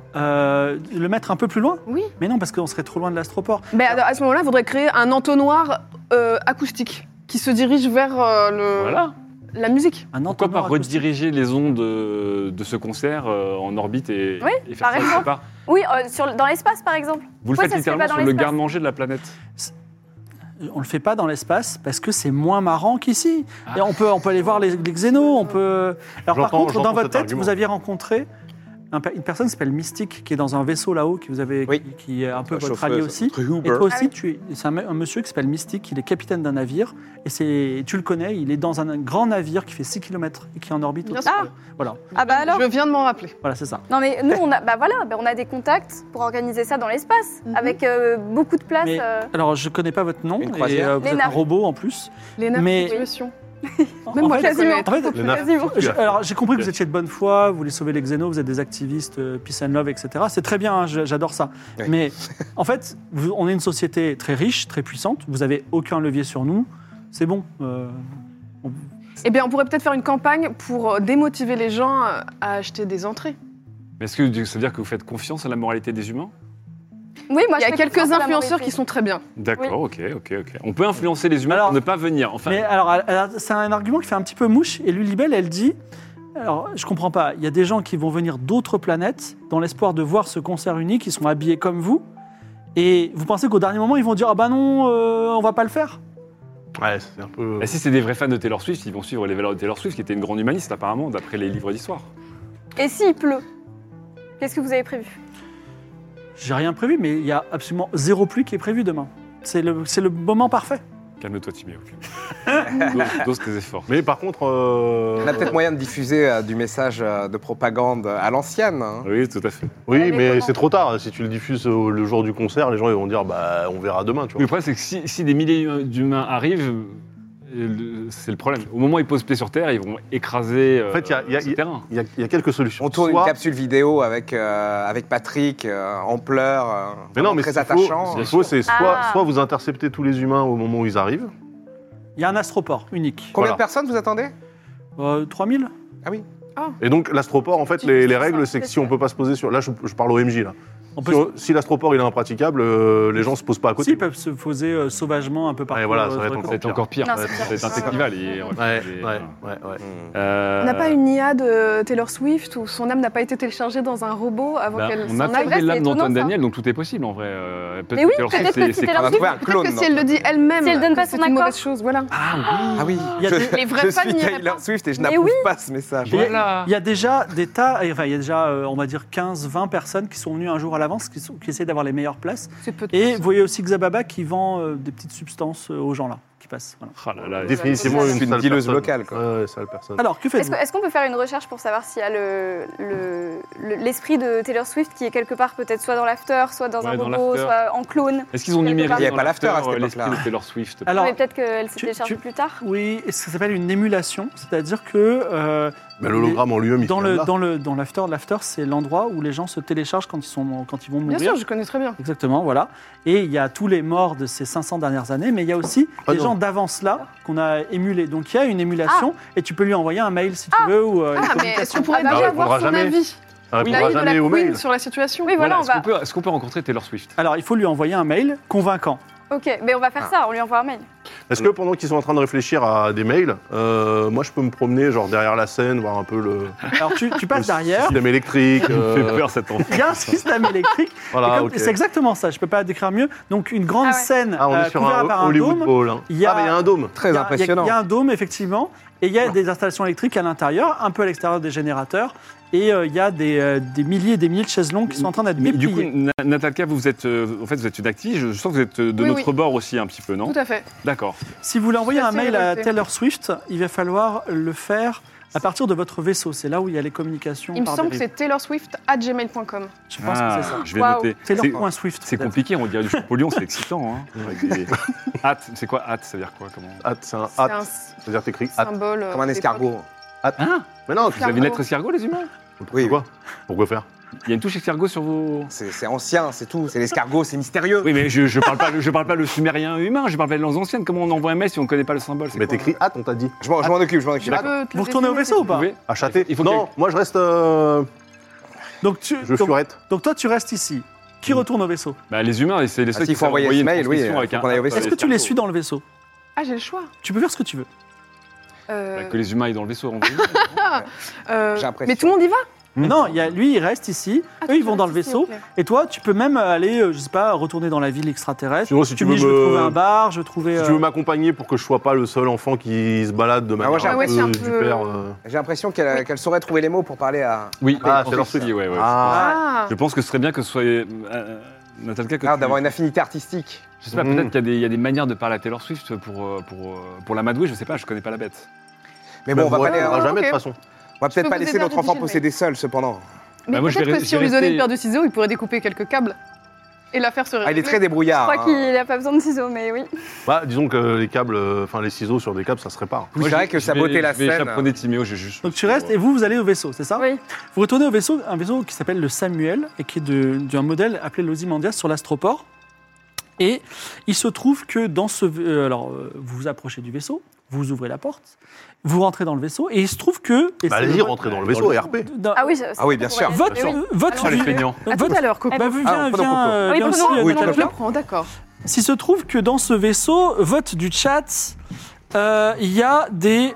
le mettre un peu plus loin? Oui. Mais non, parce qu'on serait trop loin de l'astroport. Mais à ce moment-là, il faudrait créer un entonnoir acoustique qui se dirige vers Voilà. la musique. Un Pourquoi pas entonnoir acoustique. rediriger les ondes de ce concert en orbite et faire par ça exemple. quelque part. Oui, dans l'espace par exemple. Vous le Pourquoi faites ça se fait littéralement pas dans sur le l'espace garde-manger de la planète. On le fait pas dans l'espace parce que c'est moins marrant qu'ici. Et on peut aller voir les xénos, on peut... Alors par contre, dans j'entends votre cet tête, argument. vous aviez rencontré une personne qui s'appelle Mystique, qui est dans un vaisseau là-haut, Oui. qui est un peu votre Chauffeuse, allié aussi. notre Et Uber. toi aussi, c'est un monsieur qui s'appelle Mystique, il est capitaine d'un navire, et tu le connais, il est dans un grand navire qui fait 6 km et qui est en orbite. Bien autour sûr. de- Voilà, Ah bah alors. Je viens de m'en rappeler. voilà c'est ça. Non mais nous on a des contacts pour organiser ça dans l'espace avec beaucoup de place. Mais- Alors, je connais pas votre nom, Une et croisière. vous Les êtes un nappes. robot en plus. Les nappes Mais- de situation. En Même moi, fait- quasiment. en fait, Les nappes. Quasiment. Alors, j'ai compris que vous étiez de bonne foi, vous voulez sauver les xénos, vous êtes des activistes, peace and love, etc. C'est très bien, hein, j'adore ça. Oui. Mais en fait, on est une société très riche, très puissante, vous avez aucun levier sur nous, c'est bon. Eh bien, on pourrait peut-être faire une campagne pour démotiver les gens à acheter des entrées. Mais est-ce que ça veut dire que vous faites confiance à la moralité des humains? Oui, moi Il y a je fais quelques confiance à la influenceurs moralité. qui sont très bien. D'accord, ok. On peut influencer les humains Alors- pour ne pas venir. Enfin, Mais alors, c'est un argument qui fait un petit peu mouche. Et Lulibelle, elle dit, alors je comprends pas, il y a des gens qui vont venir d'autres planètes dans l'espoir de voir ce concert unique, ils sont habillés comme vous. Et vous pensez qu'au dernier moment, ils vont dire, ah bah non, on va pas le faire? Ouais, c'est un peu. et si c'est des vrais fans de Taylor Swift, ils vont suivre les valeurs de Taylor Swift, qui était une grande humaniste apparemment, d'après les livres d'histoire. Et s'il pleut, qu'est-ce que vous avez prévu? J'ai rien prévu, mais il y a absolument zéro pluie qui est prévu demain. C'est le moment parfait. Calme-toi, Timéo. Dose tes efforts. Mais par contre. On a peut-être moyen de diffuser du message de propagande à l'ancienne. Hein. Oui, tout à fait. Oui, Mais mais comment c'est trop tard. Si tu le diffuses le jour du concert, les gens ils vont dire bah on verra demain, tu Mais le vois. problème, c'est que si des milliers d'humains arrivent, c'est le problème. Au moment où ils posent pied sur Terre, ils vont écraser En fait, il ce terrain. y a quelques solutions. On tourne Soit- une capsule vidéo avec Patrick en pleurs, Mais non, mais très ce qu'il faut, attachant. ce qu'il faut, c'est Ah. soit vous interceptez tous les humains au moment où ils arrivent. Il y a un astroport unique. Combien Voilà. de personnes vous attendez 3000? Ah oui. Et donc l'astroport, en fait, Tu les fais règles, ça, c'est que c'est si on ça. peut pas se poser sur. Là, je parle au MJ là. On peut Si l'astroport il est impraticable, les gens se posent pas à Si, côté. ils peuvent se poser sauvagement un peu partout. Ouais, voilà, ça va sur être le encore camp. C'est encore pire. Non, c'est pire. C'est un festival. Ouais. On n'a pas une IA de Taylor Swift où son âme n'a pas été téléchargée dans un robot avant qu'elle on s'en a aille. vrai, trouvé c'est l'âme étonnant, d'Antoine ça. Daniel, donc tout est possible en vrai. Mais oui, Taylor Swift, peut-être que si Taylor On a Swift, trouvé un clone. Peut-être que si elle le dit elle-même, Si elle donne pas que son c'est une accord. mauvaise chose, voilà. Ah oui. Il y a des- Les vrais je fans suis n'iraient Taylor pas. Swift et je Mais n'approuve oui. pas ce message. Voilà. Il y a déjà des tas, enfin, il y a déjà, on va dire, 15-20 personnes qui sont venues un jour à l'avance, qui essaient d'avoir les meilleures places. C'est peu de Et personnes. vous voyez aussi Xababa qui vend des petites substances aux gens là, qui passent. Voilà. Ah là là, Définitivement C'est une sale dealeuse personne. locale, quoi. Ouais, sale personne. Alors, que faites-vous? Est-ce qu'on peut faire une recherche pour savoir s'il y a l'esprit de Taylor Swift qui est quelque part peut-être soit dans l'after, soit dans Ouais, un dans robot, l'after. soit en clone? Est-ce qu'ils ont Quelque numérique part. Il y avait dans pas l'after à l'after, cette l'esprit époque-là. de Taylor Swift? Alors, Mais peut-être qu'elle s'est tu- téléchargée tu- plus tard. oui, ça s'appelle une émulation, c'est-à-dire que Mais l'hologramme en lui-même, il dans vient de le là. dans l'after, c'est l'endroit où les gens se téléchargent quand ils vont Bien mourir. sûr, je connais très bien. Exactement, voilà. Et il y a tous les morts de ces 500 dernières années, mais il y a aussi Ah des non. gens d'avance là qu'on a émulés. Donc il y a une émulation et tu peux lui envoyer un mail si tu veux ou une Ah, mais est-ce communication. qu'on pourrait Ah bah, déjà elle avoir répondra son jamais. avis Elle L'avis répondra de la jamais au Queen mail. sur la situation Oui, voilà, Voilà, on va. est-ce qu'on peut rencontrer Taylor Swift? Alors il faut lui envoyer un mail convaincant. Ok, mais on va faire ça, on lui envoie un mail. Est-ce que pendant qu'ils sont en train de réfléchir à des mails, moi je peux me promener genre derrière la scène, voir un peu le Alors tu passes derrière, système électrique. Il me fait peur cet enfant. il y a un système électrique. Et Voilà, comme- ok. C'est exactement ça, je peux pas décrire mieux. Donc une grande Ah ouais. scène Ah, on est sur couverte par un un Hollywood dôme. Bowl. Hein. Il y a- Ah, mais il y a un dôme. Très impressionnant. Il y a un dôme, effectivement, et il y a des installations électriques à l'intérieur, un peu à l'extérieur des générateurs, et il y a des milliers et des milliers de chaises longues qui sont en train d'être Mais du coup, dépliées. Natalka, vous êtes, en fait, vous êtes une actrice. Je sens que vous êtes de Oui, notre oui. bord aussi un petit peu, non? Tout à fait. D'accord. Si vous voulez envoyer Je suis un assez mail à révoltée. Taylor Swift, il va falloir le faire à partir de votre vaisseau. C'est là où il y a les communications Il me par semble que dérive. c'est taylorswift@gmail.com. Je pense que c'est ça. Je vais Waouh. noter. Taylor.swift. C'est peut-être. compliqué, on dirait du Champollion, c'est excitant. Hein, avec des... Hâte, c'est quoi hâte? Ça veut dire quoi? Comment... Hâte, c'est un C'est hâte. un C'est-à-dire t'écris hâte. symbole. Comme un escargot. Hein? Mais non, Vous avez une lettre escargot, les humains? Oui, Pourquoi Pourquoi faire Il y a une touche escargot sur vos... C'est ancien, c'est tout. C'est l'escargot, c'est mystérieux. Oui, mais je parle pas le sumérien humain, je parle pas de langues anciennes. Comment on envoie un mail si on ne connaît pas le symbole? C'est Mais quoi? t'écris hâte, on t'a dit. Je m'en occupe, je m'en occupe. Vous retournez au vaisseau ou Vous pas? pouvez À châter. Il faut non, que- moi je reste. donc, Je furette. donc toi, tu restes ici. Qui retourne au vaisseau? Bah, les humains, c'est les seuls s'il qui faut savent envoyer envoyer ce une mail, oui, transmission avec faut un qu'on aille au vaisseau. Est-ce que tu les suis dans le vaisseau? Ah, j'ai le choix. Tu peux faire ce que tu veux. Bah, que les humains aillent dans le vaisseau. J'ai l'impression. Mais tout le monde y va Non, lui, il reste ici. Ah, Eux, ils tu vont dans le restes ici, vaisseau. ok. Et toi, tu peux même aller, je sais pas, retourner dans la ville extraterrestre. Sinon, si tu me veux dis, je veux me- trouver un bar, je veux trouver. Si tu veux m'accompagner pour que je sois pas le seul enfant qui se balade de manière moi, j'ai un ouais, c'est un peu peu- du père. J'ai l'impression qu'elle saurait trouver les mots pour parler à. Oui, Ah, je c'est leur pense aussi, truc. ouais, ouais. Ah. Je pense que ce serait bien que ce soit Natalka, que Ah, tu- d'avoir une affinité artistique. Je sais pas, peut-être qu'il y a des manières de parler à Taylor Swift pour l'amadouer, je sais pas, je connais pas la bête. Mais bon, on va pas on va les- jamais de ok. toute façon. on va peut-être peux pas vous laisser aider à notre enfant rédiger le posséder seul, cependant. Mais Bah, moi, je vais peut-être que re- si on je vais lui donnait rester- une paire de ciseaux, il pourrait découper quelques câbles et la faire se Ah, il est régler. très Je débrouillard. crois hein. qu'il n'a pas besoin de ciseaux, mais oui. Bah, disons que les câbles, enfin les ciseaux sur des câbles, ça se répare. Moi, je dirais que Je sa vais- beauté la Je vais scène. chaperonner Timéo, j'ai juste. Donc tu restes et vous allez au vaisseau, c'est ça? Oui. Vous retournez au vaisseau, un vaisseau qui s'appelle le Samuel et qui est d'un modèle appelé l'Ozymandias sur l'astroport. Et il se trouve que dans ce... alors, vous vous approchez du vaisseau Vous ouvrez la porte, vous rentrez dans le vaisseau, et il se trouve que... et Bah, c'est allez-y, le- rentrez dans le vaisseau et RP. dans- Ah oui, Ah oui, bien sûr. Votre... Bien sûr. votre Ah, les feignants. À tout à l'heure, Coco. Bah, viens, prenons viens, Coco. Oui, viens aussi, prenons, Oui, Natacha. tout à Je le prends, d'accord. S'il se trouve que dans ce vaisseau, vote du chat, il y a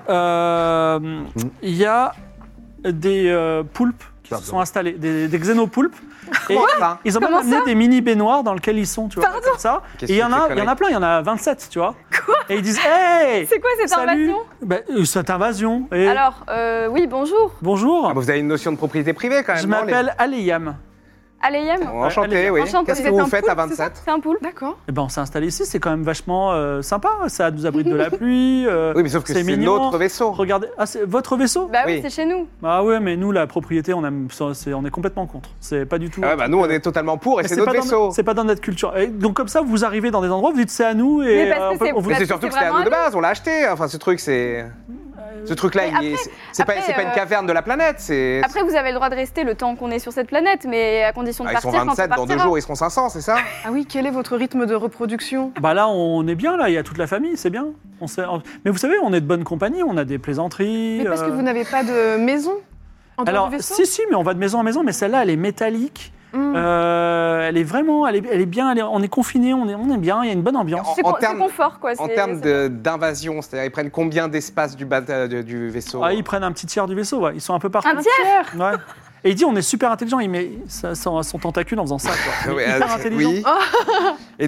des poulpes qui se sont installés, des xénopoulpes. Et ça ils ont même Comment amené des mini baignoires dans lesquels ils sont, tu vois, comme ça. Qu'est-ce Et il y en que a, c'est il y en a plein, il y en a 27, tu vois. Et ils disent, hey, C'est quoi cette salut. invasion Cette invasion. Et Alors, oui, bonjour. bonjour, Ah, bah, vous avez une notion de propriété privée quand même. je non, m'appelle Aleyam. Aleyem. les- Enchanté, allez, oui. enchanté, Qu'est-ce vous que êtes vous un faites à poulpe, c'est ça 27 C'est un poulpe. D'accord. Eh ben, on s'est installé ici, c'est quand même vachement sympa. Ça nous abrite de la pluie. Oui, mais sauf que c'est mignon. notre vaisseau. Regardez, ah, c'est votre vaisseau? Bah oui, Oui. c'est chez nous. Ah ouais, mais nous, la propriété, on est complètement contre. C'est pas du tout. Ah ouais, bah, nous, on est totalement pour et Mais c'est notre pas vaisseau. c'est pas dans notre culture. Et donc comme ça, vous arrivez dans des endroits, vous dites c'est à nous et Mais parce que c'est- on vous Mais Parce c'est que surtout que c'est c'était à nous de vraiment base, on l'a acheté. Enfin, ce truc, c'est. Ce truc-là, Mais il est- après- c'est pas, après, c'est pas une caverne de la planète. C'est. Après, vous avez le droit de rester le temps qu'on est sur cette planète, mais à condition de Ah, ils sont partir quand on 27, dans 2 partira. jours, ils seront 500, c'est ça? Ah oui, quel est votre rythme de reproduction? Bah là, on est bien là. Il y a toute la famille, c'est bien. Mais vous savez, on est de bonne compagnie. On a des plaisanteries. Mais parce que vous n'avez pas de maison en dehors Alors du vaisseau? si, mais on va de maison en maison. Mais celle-là, elle est métallique. Hmm. Elle est vraiment, elle est bien. On est confiné, on est bien. Il y a une bonne ambiance. En- C'est en c'est termes- confort, quoi. En c'est- termes c'est- d'invasion, c'est-à-dire ils prennent combien d'espace du vaisseau? Ah, ils prennent un petit tiers du vaisseau. Ouais. Ils sont un peu partout. Un tiers. Ouais. Et il dit on est super intelligent. Il met son tentacule en faisant ça. Quoi. Oui, Hyper intelligent. oui. Et,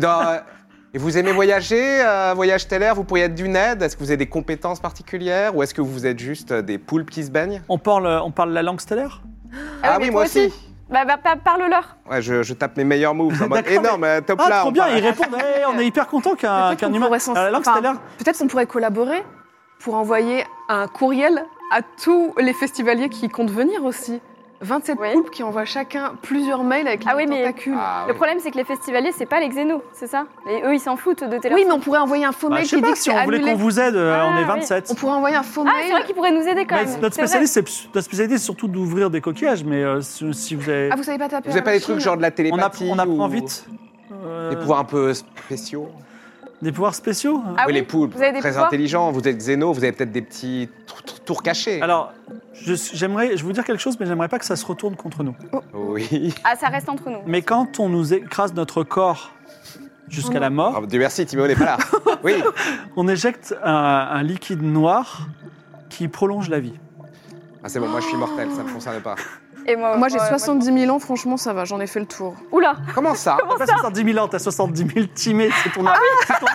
et vous aimez voyager, voyage stellaire, vous pourriez être d'une aide? Est-ce que vous avez des compétences particulières ou est-ce que vous êtes juste des poulpes qui se baignent? On parle la langue stellaire. Ah mais oui, toi moi aussi. Bah, parle-leur. Ouais, je tape mes meilleurs moves en mode D'accord, énorme, top Ah, là. trop on bien, parle. ils répondent. Hey, on est hyper content qu'un Peut-être qu'on humain. pourrait La langue enfin, stellaire. Peut-être qu'on pourrait collaborer pour envoyer un courriel à tous les festivaliers qui comptent venir aussi. 27 Oui. poulpes qui envoient chacun plusieurs mails avec Ah les oui, mais- tentacules. Ah, Le oui. problème, c'est que les festivaliers, c'est pas les xénos, c'est ça? Et eux, ils s'en foutent de Taylor Oui, mais on Swift. pourrait envoyer un faux Bah, mail je sais qui dit pas que si c'est on voulait annulé. qu'on vous aide. Ah, on est oui. 27. On pourrait envoyer un faux Ah, mail. c'est vrai qu'ils pourraient nous aider quand Mais même. notre c'est vrai. spécialité, c'est surtout d'ouvrir des coquillages. Mais si vous avez, Ah, vous savez pas taper Vous avez à pas la des trucs machine genre de la on télépathie apprend ou vite. Des pouvoirs un peu spéciaux? Des pouvoirs spéciaux. Ah oui, les poulpes, vous avez des très pouvoirs intelligents, vous êtes xéno, vous avez peut-être des petits tours cachés. Alors, je vais vous dire quelque chose, mais j'aimerais pas que ça se retourne contre nous. Oui. Ah, ça reste entre nous. Mais quand on nous écrase notre corps jusqu'à la mort, Ah, Dieu merci, Timéo n'est pas là. Oui. on éjecte un liquide noir qui prolonge la vie. Ah, c'est bon, moi je suis mortel, ça ne me concerne pas. Et moi, Moi, j'ai 70 000 ans, franchement, ça va, j'en ai fait le tour. Oula. Comment ça? T'as pas 70 000 ans, t'as 70 000 timés, c'est ton argent.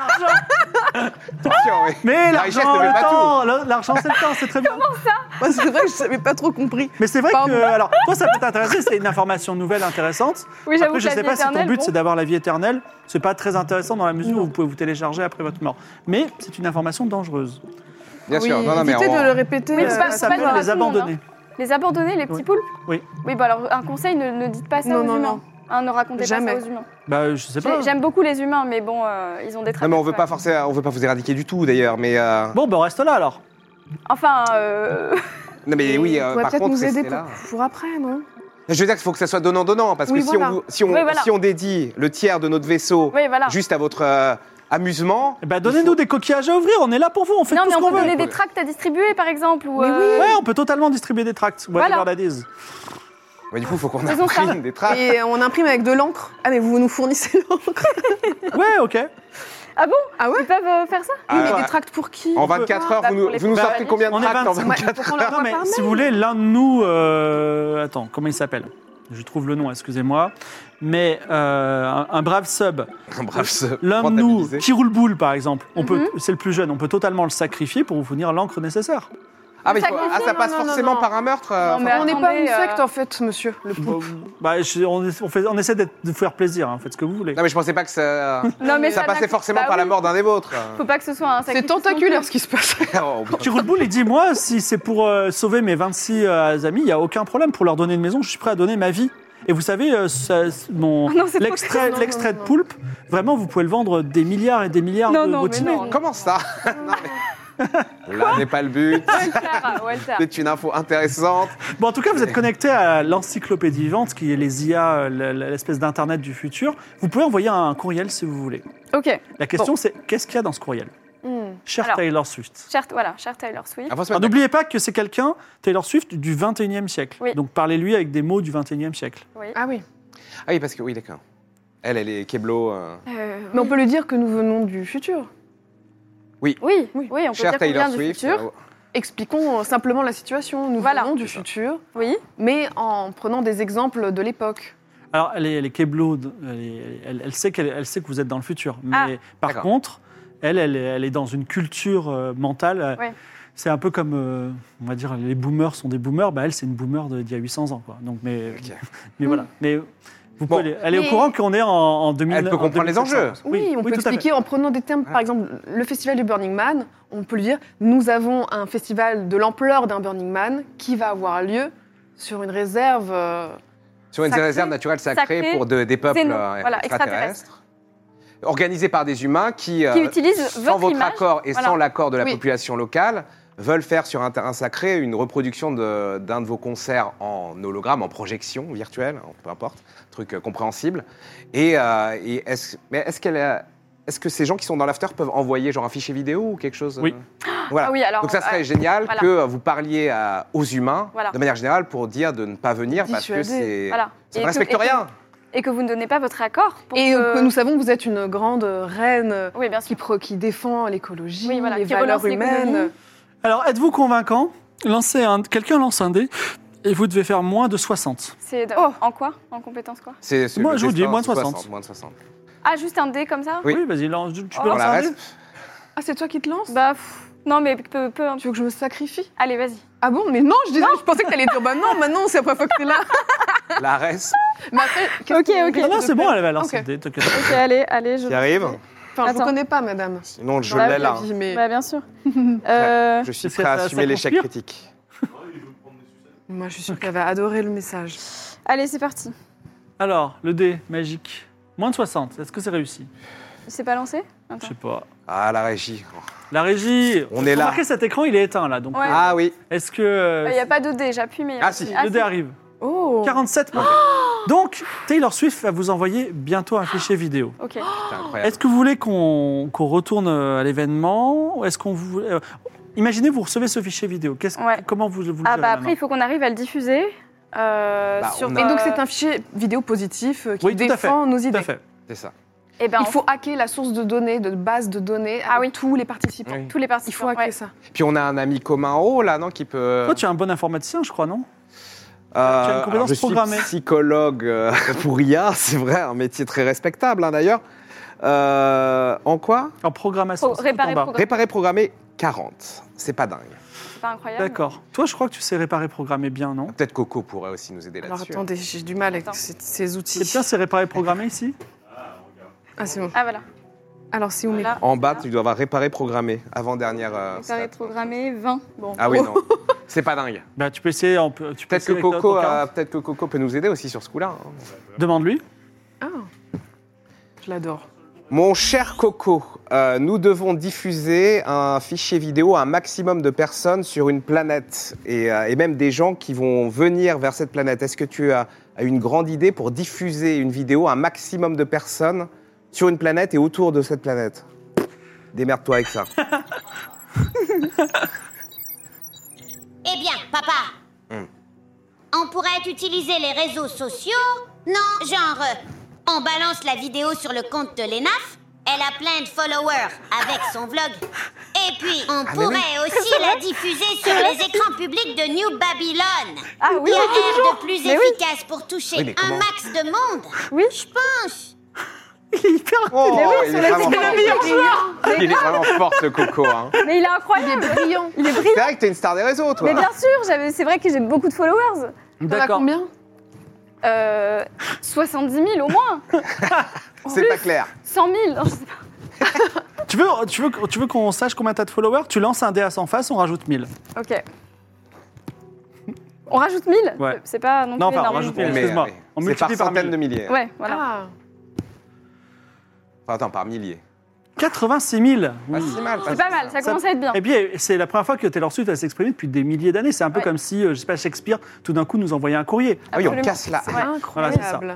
Attention, oui. Mais La richesse l'argent, ne fait le pas temps, l'argent c'est le temps, c'est très bien. Moi, c'est vrai que je n'avais pas trop compris. Mais c'est vrai Pardon. que, alors, toi ça peut t'intéresser, c'est une information nouvelle intéressante. Oui, j'avoue Après, que je la sais vie pas si ton éternelle, but bon. c'est d'avoir la vie éternelle. C'est pas très intéressant dans la mesure où vous pouvez vous télécharger après votre mort. Mais c'est une information dangereuse. Bien sûr, Oui, non, non, mais évitez on- de le répéter. Oui, Ça c'est pas- s'appelle dans les tout le monde, abandonnés. Les abandonnés, les petits Oui. poulpes? Oui. Oui, bah alors, un conseil, ne dites pas ça Non, aux non, humains. non. Hein, ne racontez Jamais. pas ça aux humains. Bah, je sais pas. J'aime beaucoup les humains, mais bon, ils ont des traits. Non, mais on veut pas forcément, on veut pas vous éradiquer du tout d'ailleurs, mais. Bon, bah, on reste là alors. Enfin, Non, mais oui, Vous pourrez par peut-être contre, nous aider restez là. pour après, non? Je veux dire qu'il faut que ça soit donnant-donnant, parce que Oui, si, voilà. si on, Oui, voilà. si on dédie le tiers de notre vaisseau oui, voilà. juste à votre amusement. Eh ben, donnez-nous des coquillages à ouvrir, on est là pour vous, on fait Non, tout mais ce on qu'on peut veut. donner des tracts à distribuer, par exemple. Ou, Mais oui. Ouais, on peut totalement distribuer des tracts. Voilà. Whatever that is. Mais du coup, il faut qu'on Faisons ça. imprime des tracts. Et on imprime avec de l'encre. Ah, mais vous nous fournissez l'encre. Ouais, ok. Ah bon? Ah ouais? Ils peuvent faire ça? Ah, Oui, mais ouais. des tracts pour qui? En 24 heures, Bah, vous nous, pour les vous nous bah, sortez combien de on est tracts en 25. 24 heures? Non, mais si vous voulez, l'un de nous. Attends, comment il s'appelle? Je trouve le nom, excusez-moi. Mais un brave sub. Bref, L'un de rentabiliser. nous, qui roule boule par exemple, Mhm. c'est le plus jeune, on peut totalement le sacrifier pour vous fournir l'encre nécessaire. Ah, mais Sacrifier, ça passe non, non, forcément non. par un meurtre Non, mais On n'est pas attendez, une secte, en fait, monsieur. Le Bon, poulpe. bah, on essaie de vous faire plaisir, hein, faites ce que vous voulez. Non, mais je pensais pas que ça. Non, mais Ça passait forcément bah par la oui. mort d'un des vôtres. Faut pas que ce soit un C'est sacrifice. tentaculaire ce qui se passe. Oh, Qui roule boule, il dit moi, si c'est pour sauver mes 26 amis, il n'y a aucun problème. Pour leur donner une maison, je suis prêt à donner ma vie. Et vous savez, non, c'est trop l'extrait triste. l'extrait Non, de non, poulpe, vraiment, vous pouvez le vendre des milliards et des milliards Non, de non, vos mais timés. non. Comment ça? Non, mais... Là n'est pas le but. Walter. C'est une info intéressante. Bon, en tout cas, vous êtes connecté à l'encyclopédie vivante, qui est les IA, l'espèce d'internet du futur. Vous pouvez envoyer un courriel si vous voulez. Ok. La question, c'est qu'est-ce qu'il y a dans ce courriel? Cher Alors, Taylor Swift. Cher Taylor Swift. Ah, faut se Alors, mettre n'oubliez pas que c'est quelqu'un, Taylor Swift, du 21e siècle. Oui. Donc parlez-lui avec des mots du 21e siècle. Oui. Ah oui. Ah oui, parce que oui, d'accord. Elle est Keblo. Mais on peut lui dire que nous venons du futur. Oui, on peut Cher dire qu'on Taylor vient du Swift. futur. Expliquons simplement la situation. Nous Voilà. venons du futur, Oui. mais en prenant des exemples de l'époque. Alors, elle est Keblo, elle sait que vous êtes dans le futur. Mais Ah. par D'accord. contre, elle est dans une culture mentale. Ouais. C'est un peu comme, on va dire, les boomers sont des boomers. Bah, elle, c'est une boomer d'il y a 800 ans. Quoi. Donc, mais voilà. Mais vous Bon. pouvez, elle est au Mais- courant qu'on est en 2000. Elle peut en comprendre les 2700. enjeux. Oui, on peut tout à fait. expliquer en prenant des termes, par exemple, le festival du Burning Man, on peut lui dire, nous avons un festival de l'ampleur d'un Burning Man qui va avoir lieu sur une réserve... Sur une Sacré. réserve naturelle sacrée Sacré. pour des peuples Voilà, extraterrestres. Organisés par des humains qui utilisent sans votre votre image. accord et Voilà. sans l'accord de la Oui. population locale, veulent faire sur un terrain sacré une reproduction d'un de vos concerts en hologramme, en projection virtuelle, peu importe, truc compréhensible. Et est-ce que ces gens qui sont dans l'after peuvent envoyer genre un fichier vidéo ou quelque chose Oui. Voilà. Ah oui, alors, Donc ça serait génial voilà. que vous parliez aux humains Voilà. de manière générale pour dire de ne pas venir parce que Dissuader. Voilà. ça Et ne que- respecte et que- rien. Et que vous ne donnez pas votre accord. Pour Et que nous savons que vous êtes une grande reine Oui, bien sûr. qui défend l'écologie, Oui, voilà, les qui valeurs relance l'économie. humaines. Alors, êtes-vous convaincant? Quelqu'un lance un dé et vous devez faire moins de 60. C'est Oh. en quoi? En compétence quoi? Moi, Le je vous dis, destin, moins de c'est 60. Moins de 60. Ah, juste un dé comme ça? Oui. Oui, vas-y, lance. Tu peux Oh. Pour lancer la un dé? reste, Ah, c'est toi qui te lances Bah, non, mais peu. Tu veux que je me sacrifie Allez, vas-y. Ah bon? Mais non, je pensais que t'allais dire, bah non, maintenant, c'est la première fois que t'es là. la reste Mais après, qu'est-ce Ok, que- ok. qu'est-ce Non, que c'est de bon, faire elle va lancer Ok. un dé. t'inquiète pas. Ok, allez, je. qui arrive. Enfin, je vous Attends. connais pas, madame. Sinon, je Bah l'ai oui, là. Mais Bah, bien sûr. Je suis Est-ce que prêt à ça assumer l'échec conspire critique. moi, je suis sûre qu'elle va adorer le message. Allez, c'est parti. Alors, le dé magique. Moins de 60. Est-ce que c'est réussi? C'est pas lancé? Je Attends. sais pas. Ah, la régie. La régie. On est là. Remarquez, cet écran, il est éteint là. Donc, Ouais. Ah oui. est-ce que. Il n'y a pas de dé, j'appuie, mais. Ah, si. Le dé arrive. Oh 47 points. Donc, Taylor Swift va vous envoyer bientôt un fichier vidéo. Ok. C'est incroyable. Est-ce que vous voulez qu'on retourne à l'événement ou est-ce qu'on vous... imaginez, vous recevez ce fichier vidéo. Ouais. Comment vous le Ah, gérez bah maintenant après, il faut qu'on arrive à le diffuser. Sur on Et donc, c'est un fichier vidéo positif qui Oui, tout à défend nos Tout idées. à fait. C'est ça. Eh ben, Il faut hacker la source de données, de base de données, Ah avec oui. tous les participants. Oui. tous les Il participants. faut hacker ouais. ça. Puis on a un ami commun en haut là, non, qui peut. Toi, tu es un bon informaticien, je crois, non? Tu as une compétence alors, je suis programmée. psychologue pour IA, c'est vrai, un métier très respectable hein, d'ailleurs. En quoi? En programmation. c'est tout réparer en bas. programme. Réparer, programmer 40. C'est pas dingue. C'est pas incroyable. D'accord. Toi, je crois que tu sais réparer, programmer bien, non? Peut-être Coco pourrait aussi nous aider Alors là-dessus. attendez, j'ai du mal avec Attends. ces outils. Quelqu'un sait réparer, programmer ici? Ah, c'est bon. Ah, voilà. Alors, c'est où mes... Voilà. En bas, tu dois avoir réparer, programmer, avant-dernière. Réparer, stat. programmer, 20. Bon. Ah oui, non. C'est pas dingue. Bah, tu peux essayer. Tu peux Peut-être que, essayer avec Coco, ton 40. peut-être que Coco peut nous aider aussi sur ce coup-là. hein. Demande-lui. Ah, je l'adore. Mon cher Coco, nous devons diffuser un fichier vidéo à un maximum de personnes sur une planète et même des gens qui vont venir vers cette planète. Est-ce que tu as une grande idée pour diffuser une vidéo à un maximum de personnes sur une planète et autour de cette planète? Démerde-toi avec ça. Eh bien, papa. On pourrait utiliser les réseaux sociaux? Non, genre, on balance la vidéo sur le compte de l'ENAF. Elle a plein de followers avec son vlog. Et puis, on mais pourrait aussi la diffuser sur les écrans publics de New Babylon. Ah oui, Qui a oui, l'air de plus Mais oui. efficace pour toucher Oui, mais un comment max de monde. Oui. Je pense. Il est hyper. Oh, Mais oui, il sur est la vraiment technologie. fort. Il est vraiment fort ce Coco. Hein. Mais il est incroyable. Il est brillant. Il est brillant. C'est vrai que t'es une star des réseaux, toi. Mais bien sûr, c'est vrai que j'ai beaucoup de followers. T'en as D'accord. combien 70 000 au moins. C'est pas clair. 100 000. Non, je sais pas. Tu veux qu'on sache combien t'as de followers? Tu lances un dé à 100 faces, on rajoute 1000. Ok. On rajoute 1000 Ouais. C'est pas non plus Non, enfin, on énorme. rajoute Mais, excuse-moi. On c'est par multiplie par centaines 1000. de milliers. Ouais, voilà. Ah, Enfin, attends, par milliers. 86 000. Pas si mal. C'est pas mal, ça commence à être bien. Et puis, c'est la première fois que Taylor Swift va s'exprimer depuis des milliers d'années. C'est un peu Ouais. comme si, je sais pas, Shakespeare, tout d'un coup, nous envoyait un courrier. Ah oui, on Absolument. casse la. Ouais. Voilà, c'est ça. incroyable.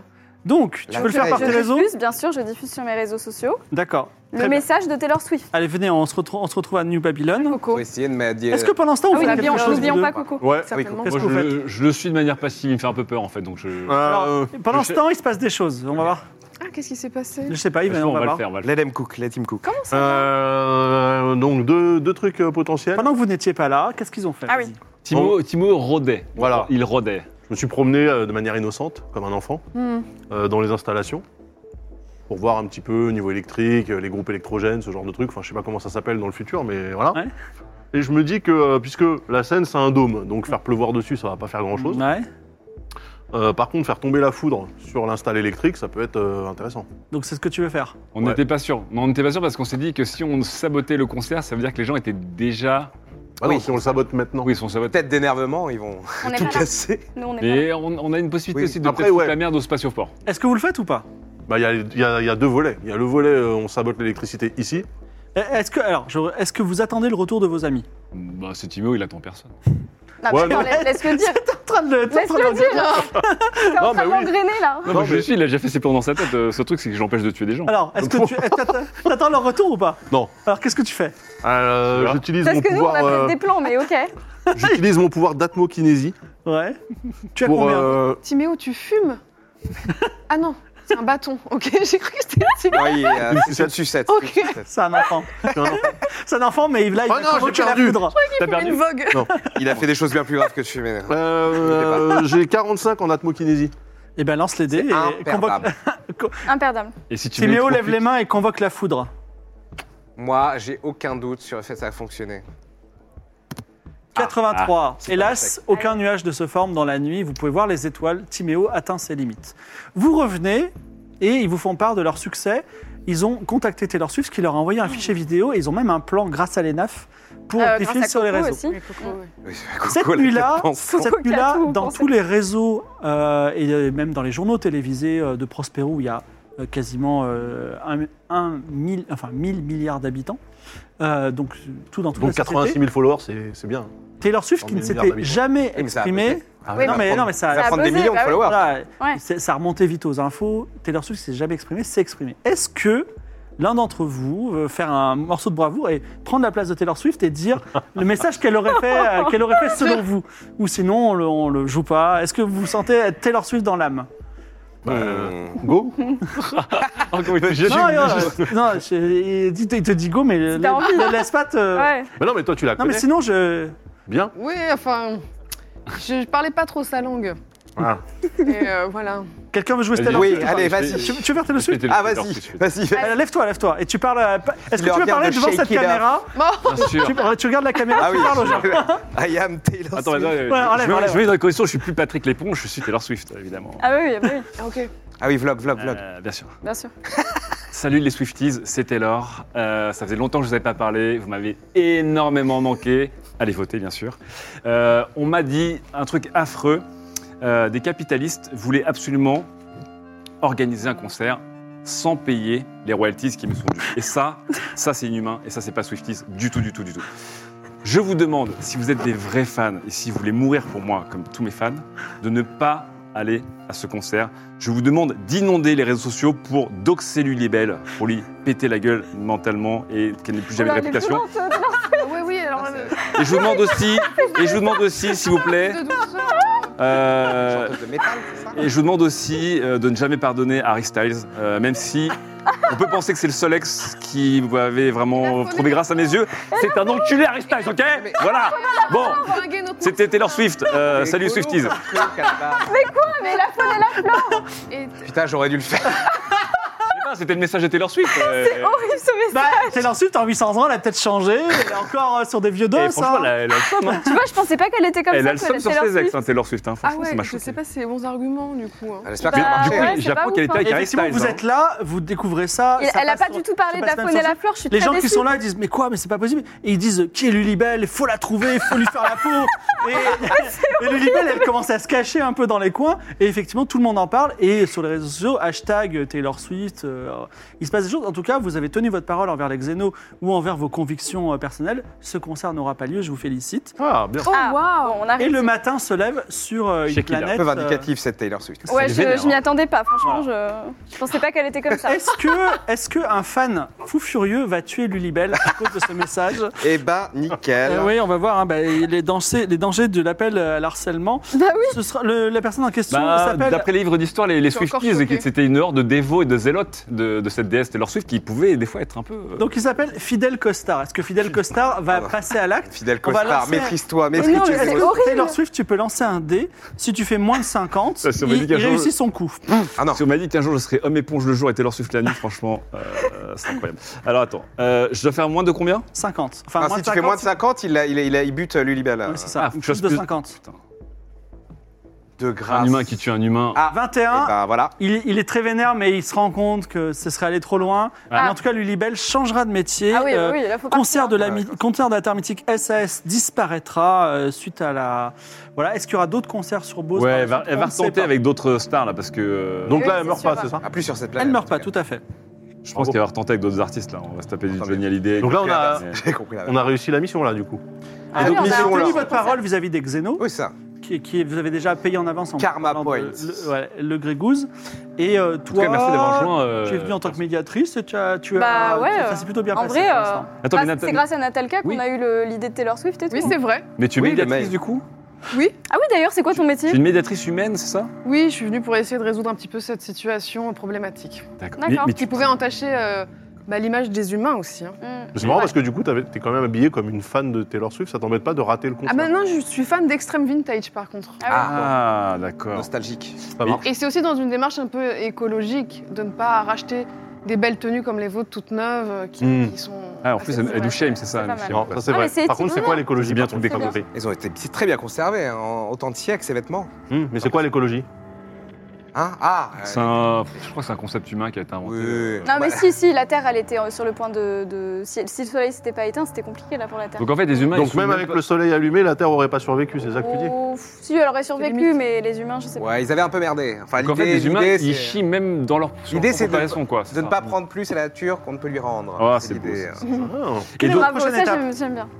Donc, tu La veux le faire veille. par tes réseaux? diffuse, bien sûr, je diffuse sur mes réseaux sociaux D'accord. le Très bien. message de Taylor Swift. Allez, venez, on se retrouve à New Babylon. Coco. Faut essayer de m'aider. Est-ce que pendant ce temps, Ah vous oui, faites quelque chose n'oublions vous pas deux Coco. Ouais. Certainement. Qu'est-ce Moi, que vous faites je le suis de manière passive, il me fait un peu peur en fait. Donc Alors, pendant je ce sais- temps, il se passe des choses. On va voir. Ah, qu'est-ce qui s'est passé? Je sais pas, on on va va le voir. faire. On va le Let faire. him cook, let him cook. Comment ça va Donc, deux trucs potentiels. Pendant que vous n'étiez pas là, qu'est-ce qu'ils ont fait? Ah oui. Vas-y. Timo rôdait. Voilà. Il rôdait. Je me suis promené de manière innocente, comme un enfant, dans les installations, pour voir un petit peu niveau électrique, les groupes électrogènes, ce genre de trucs. Enfin, je sais pas comment ça s'appelle dans le futur, mais voilà. Ouais. Et je me dis que, puisque la scène, c'est un dôme, donc faire pleuvoir dessus, ça va pas faire grand-chose. Ouais. Par contre, faire tomber la foudre sur l'install électrique, ça peut être intéressant. Donc, c'est ce que tu veux faire. On Ouais. n'était pas sûr. Non, on n'était pas sûr parce qu'on s'est dit que si on sabotait le concert, ça veut dire que les gens étaient déjà. Ah non, Oui. si on le sabote maintenant. Oui, ils sont sabotés. Peut-être d'énervement, ils vont On n'est tout pas là. casser. Nous, on est pas là. Mais on a une possibilité Oui. aussi de Après, peut-être foutre ouais. la merde au spatioport. Est-ce que vous le faites ou pas? Bah, il y a deux volets. Il y a le volet, on sabote l'électricité ici. Est-ce que vous attendez le retour de vos amis? Bah, c'est Timo, il attend personne. Non, Ouais, mais non. laisse-le dire. T'es en train de le Laisse-le dire. T'es en Non, train mais de oui. m'engrainer là. Non, mais je le suis, il a déjà fait ses plans dans sa tête. Ce truc, c'est que j'empêche de tuer des gens. Alors, est-ce que t'attends leur retour ou pas? Non. Alors, qu'est-ce que tu fais? J'utilise Parce mon que nous, on pouvoir. a peut-être des plans, mais ok. J'utilise mon pouvoir d'atmokinésie Ouais. Tu as pour. combien? Timéo, tu fumes? Ah non, c'est un bâton. Ok, j'ai cru que c'était Timéo. Oui, c'est une sucette. Ok. c'est une sucette. C'est un enfant. C'est un enfant, mais là, il Oh va non, j'ai convoquer la perdu. foudre. T'as Une perdu. vogue. Il a fait des choses bien plus graves que de fumer. J'ai 45 en atmokinésie. Eh ben, lance les dés et Imperdable. Imperdable. Et si tu Timéo mets lève les mains et convoque la foudre. Moi, j'ai aucun doute sur le fait que ça a fonctionné. 83. c'est pas Hélas, l'échec. aucun nuage ne se forme dans la nuit. Vous pouvez voir les étoiles. Timéo atteint ses limites. Vous revenez et ils vous font part de leur succès. Ils ont contacté Taylor Swift qui leur a envoyé un fichier vidéo et ils ont même un plan grâce à l'ENAF pour Grâce diffuser à sur les Coco réseaux. aussi. Oui, Cette Coco, la nuit-là, dépense. cette nuit-là, Coco, dans pensez. tous les réseaux et même dans les journaux télévisés de Prospero, où il y a quasiment 1000 milliards d'habitants, donc tout dans toute Donc la société. 86 000 followers, c'est bien. Taylor Swift qui ne 100 milliards s'était d'habitants. jamais Oui, mais ça a exprimée. buzzé. Ah Oui, non, mais, non, mais ça, Ça va a prendre des buzzé, millions de bah oui. followers. voilà, Ouais. ça remontait vite aux infos. Taylor Swift s'est jamais exprimé, s'est exprimé. Est-ce que l'un d'entre vous veut faire un morceau de bravoure et prendre la place de Taylor Swift et dire le message qu'elle aurait fait selon vous? Ou sinon, on le joue pas. Est-ce que vous sentez être Taylor Swift dans l'âme? Go. Encore une fois, Il te dit go, mais t'as envie. ne laisse pas te... Ouais. Mais non, mais toi, tu la Non, mais connais. sinon, je... Bien. Oui, enfin, je parlais pas trop sa langue. Ah. Et voilà. Quelqu'un veut jouer Vas-y. Taylor Oui, Swift? allez, je vas-y. vais- Tu veux faire Taylor Swift? Ah, vas-y. Lève-toi. Et tu parles... Est-ce que leur tu veux vient parler de devant shake cette it up. caméra? Bien sûr. Tu regardes la caméra, Ah oui, tu parles aux gens. I am Taylor Attends, Swift. attends, enlève. je vais dans les conditions, je suis plus Patrick Léponge, je suis Taylor Swift, évidemment. Ah oui, bah oui, Ah, ok. Ah oui, vlog. Bien sûr. bien sûr. Salut les Swifties, c'est Taylor. Ça faisait longtemps que je ne vous avais pas parlé, vous m'avez énormément manqué. Allez voter, bien sûr. On m'a dit un truc affreux. Des capitalistes voulaient absolument organiser un concert sans payer les royalties qui me sont dues. Et ça c'est inhumain, et ça c'est pas Swifties du tout. Je vous demande, si vous êtes des vrais fans, et si vous voulez mourir pour moi, comme tous mes fans, de ne pas aller à ce concert. Je vous demande d'inonder les réseaux sociaux pour doxer Lulibelle, pour lui péter la gueule mentalement et qu'elle n'ait plus jamais de Elle est réputation. violente, Oui, alors. Et je vous demande aussi, s'il vous plaît, De douceur. Chanteuse de métal, c'est ça et je vous demande aussi de ne jamais pardonner Harry Styles, même si on peut penser que c'est le seul ex qui vous avait vraiment trouvé grâce à mes yeux. C'est un enculé Harry Styles, ok? Voilà. Bon, Fringuer notre c'était Taylor Swift. Salut Swifties. Mais la faune et la flore. Et Putain, j'aurais dû le faire. C'était le message de Taylor Swift. C'est horrible ce message. Bah, Taylor Swift, en 800 ans, elle a peut-être changé. Elle est encore sur des vieux dos, Et franchement, ça. elle a le somme. Hein. Tu vois, je pensais pas qu'elle était comme Elle ça. a le somme sur Taylor ses ex, Swift. hein, Taylor Swift. Hein. ah Franchement, ça m'a ouais, je choqué. sais pas si c'est les bons arguments du coup. hein. J'espère Bah, que ça va Du coup, marcher. ouais, c'est j'apprends pas qu'elle ouf, était avec Et Harry effectivement, Styles. vous hein. êtes là, vous découvrez ça. ça Elle a passe pas sur- du tout parlé ça de passe la même faune et sur- la flore. Je suis Les très gens qui déçue. sont là, ils disent mais quoi, mais c'est pas possible. Et ils disent qui est Lulibelle, il faut la trouver, il faut lui faire la peau. Et Lulibelle, elle commence à se cacher un peu dans les coins. Et effectivement, tout le monde en parle. Et sur les réseaux sociaux, hashtag Taylor Swift, il se passe des choses. En tout cas, vous avez tenu votre parole envers les Xénos ou envers vos convictions personnelles. Ce concert n'aura pas lieu, je vous félicite. Ah, bien. Oh, waouh! Bon, on arrive. Et le matin se lève sur une Shakira. planète. Un peu vindicatif, cette Taylor Swift. Ouais, C'est vénère, je m'y hein. attendais pas, franchement, je pensais pas qu'elle était comme ça. Est-ce que un fan fou furieux va tuer Lulibelle à cause de ce message? Eh ben, nickel. Oui, on va voir hein, les dangers de l'appel à l'harcèlement. Bah oui. Ce sera la personne en question Bah, s'appelle. D'après les livres d'histoire, les Je suis encore Swifties, choquée. c'était une horde de dévots et de zélotes de cette déesse Taylor Swift qui pouvaient des fois être un peu. Donc il s'appelle Fidel Costard. Est-ce que Fidel Costard va passer à l'acte? Fidèle On va costard, lancer- maîtrise-toi, non, maîtrise mais c'est horrible. Taylor Swift, tu peux lancer un dé. Si tu fais moins de 50, Ça, si on m'a dit il qu'un jour- réussit son coup. Ah non. Si on m'a dit qu'un jour je serais homme éponge le jour et Taylor Swift la nuit, franchement, c'est incroyable. Alors attends, je dois faire moins de combien? 50. Enfin, Ah, moins si de tu fais 50, moins de 50, il bute Lulibelle. Oui, c'est ça. Ah, Plus de 50. De grâce. Un humain qui tue un humain. Ah, 21. eh ben, voilà. Il est très vénère, mais il se rend compte que ce serait allé trop loin. Ah. Mais en tout cas, Lulibelle changera de métier. Ah oui, oui, là, faut Concert partir. de concert de la Terre mythique SAS disparaîtra suite à la. Voilà. Est-ce qu'il y aura d'autres concerts sur Beauce? Ouais, par la elle va, suite elle va On ne sait retenter pas. avec d'autres stars là parce que. Donc Oui, là, elle c'est meurt sûr, pas, c'est ça? Ah, plus sur cette planète. Elle meurt pas, en tout tout à fait. je pense qu'elle va retenter avec d'autres artistes là. On va se taper du Attends, Johnny Hallyday. Donc là, on a- cas. J'ai compris la On a réussi la mission, là, du coup. Ah Et oui, donc, on a vous avez un tenu concert. votre parole vis-à-vis des Xénos, Oui, ça. qui vous avez déjà payé en avance en Karma parlant de points. le Grégouze. Et En tout cas, toi, merci d'avoir joint. tu es venu en tant que médiatrice et tu as. Bah ouais, ça s'est plutôt bien en passé. vrai, pour l'instant. Attends, mais c'est grâce à Natalka qu'on Oui. a eu l'idée de Taylor Swift et tout. Oui, c'est vrai. Mais tu es Oui, le médiatrice mail. du coup? Ah oui, d'ailleurs, c'est quoi ton métier? Tu es une médiatrice humaine, c'est ça? Oui, je suis venue pour essayer de résoudre un petit peu cette situation problématique. D'accord. D'accord. Mais Qui pouvait entacher l'image des humains aussi. Hein. C'est marrant parce que du coup, t'es quand même habillé comme une fan de Taylor Swift, ça t'embête pas de rater le concert? Ah maintenant, je suis fan d'extrême vintage par contre. Ah, d'accord. Nostalgique. Ça marche. Et c'est aussi dans une démarche un peu écologique de ne pas racheter des belles tenues comme les vôtres toutes neuves qui sont. Ah, en plus, assez elle nous shame, c'est C'est ça. pas elle nous mal. shame. Non, ça c'est Ah, vrai. mais c'est Par contre, c'est quoi l'écologie? C'est bien par tout contre déconstruit. Ils ont été très bien conservés, hein, en autant de siècles, ces vêtements. Mais c'est quoi l'écologie? Hein Je crois que c'est un concept humain qui a été inventé. Oui. Non, mais si, la Terre, elle était sur le point de... Si le Soleil s'était pas éteint, c'était compliqué là pour la Terre. Donc en fait, les humains. Donc même avec le soleil allumé, la Terre aurait pas survécu, c'est ça que tu dis? Oh, si, elle aurait survécu, limite. mais les humains, je sais pas. Ouais, ils avaient un peu merdé. Enfin, Donc en fait, les humains, l'idée, ils c'est chient même dans leur. L'idée, c'est raison, quoi. c'est de ne ça. pas prendre plus à la nature qu'on ne peut lui rendre. Oh, c'est beau, l'idée. ça. Ah. Et donc, Bravo, prochaine ça, étape. j'aime bien.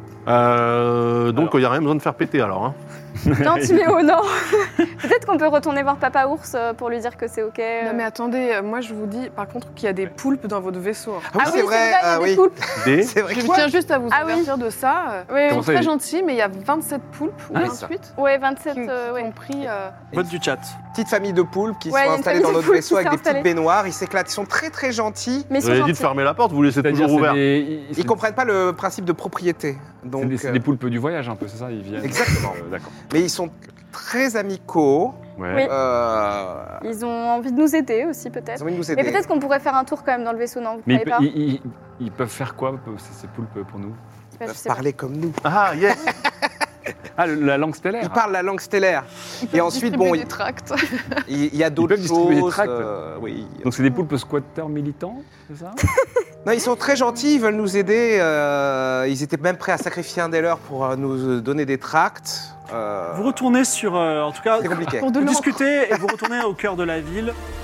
Donc il n'y a rien besoin de faire péter alors. Hein. Non, Timéo, non. Peut-être qu'on peut retourner voir Papa Ours pour lui dire que c'est OK. Non mais attendez, moi je vous dis par contre qu'il y a des poulpes dans votre vaisseau. Ah oui, c'est vrai. il y a des Oui. poulpes. Des... C'est vrai. Je que- tiens juste à vous Ah oui. avertir de ça. Oui, Ils Comment sont ça, très il- gentils, mais il y a 27 poulpes ou Ah, 28 ouais, 27. qui ouais. ont pris. Vote du chat. Petite famille de poulpes qui Ouais, il y sont a une installés famille dans de notre poulpes vaisseau qui avec s'est des petites installée. baignoires. Ils s'éclatent. Ils sont très très gentils. Mais ils Vous sont avez dit de gentils. fermer la porte, vous laissez C'est-à-dire, toujours ouvert. Ils comprennent pas le principe de propriété. Donc, C'est des poulpes du voyage un peu, c'est ça? Ils viennent. Exactement. D'accord. mais ils sont très amicaux. Ouais. Oui. Ils Ils ont envie de nous aider aussi, peut-être. ont envie de nous Mais aider. peut-être qu'on pourrait faire un tour quand même dans le vaisseau, non? Vous Mais croyez pas? ils peuvent faire quoi, ces poulpes, pour nous? Ils Bah, je peuvent sais pas. parler comme nous. Ah yes. Ah, la langue stellaire. Ils parlent la langue stellaire. Et ensuite, bon, des tracts. il y a d'autres peuvent distribuer des choses. tracts. Oui. Donc c'est des poulpes squatteurs militants, c'est ça? Non, ils sont très gentils, ils veulent nous aider. Ils étaient même prêts à sacrifier un des leurs pour nous donner des tracts. Vous retournez sur. En tout cas, C'est compliqué. Pour de vous l'encre. discutez et vous retournez au cœur de la ville.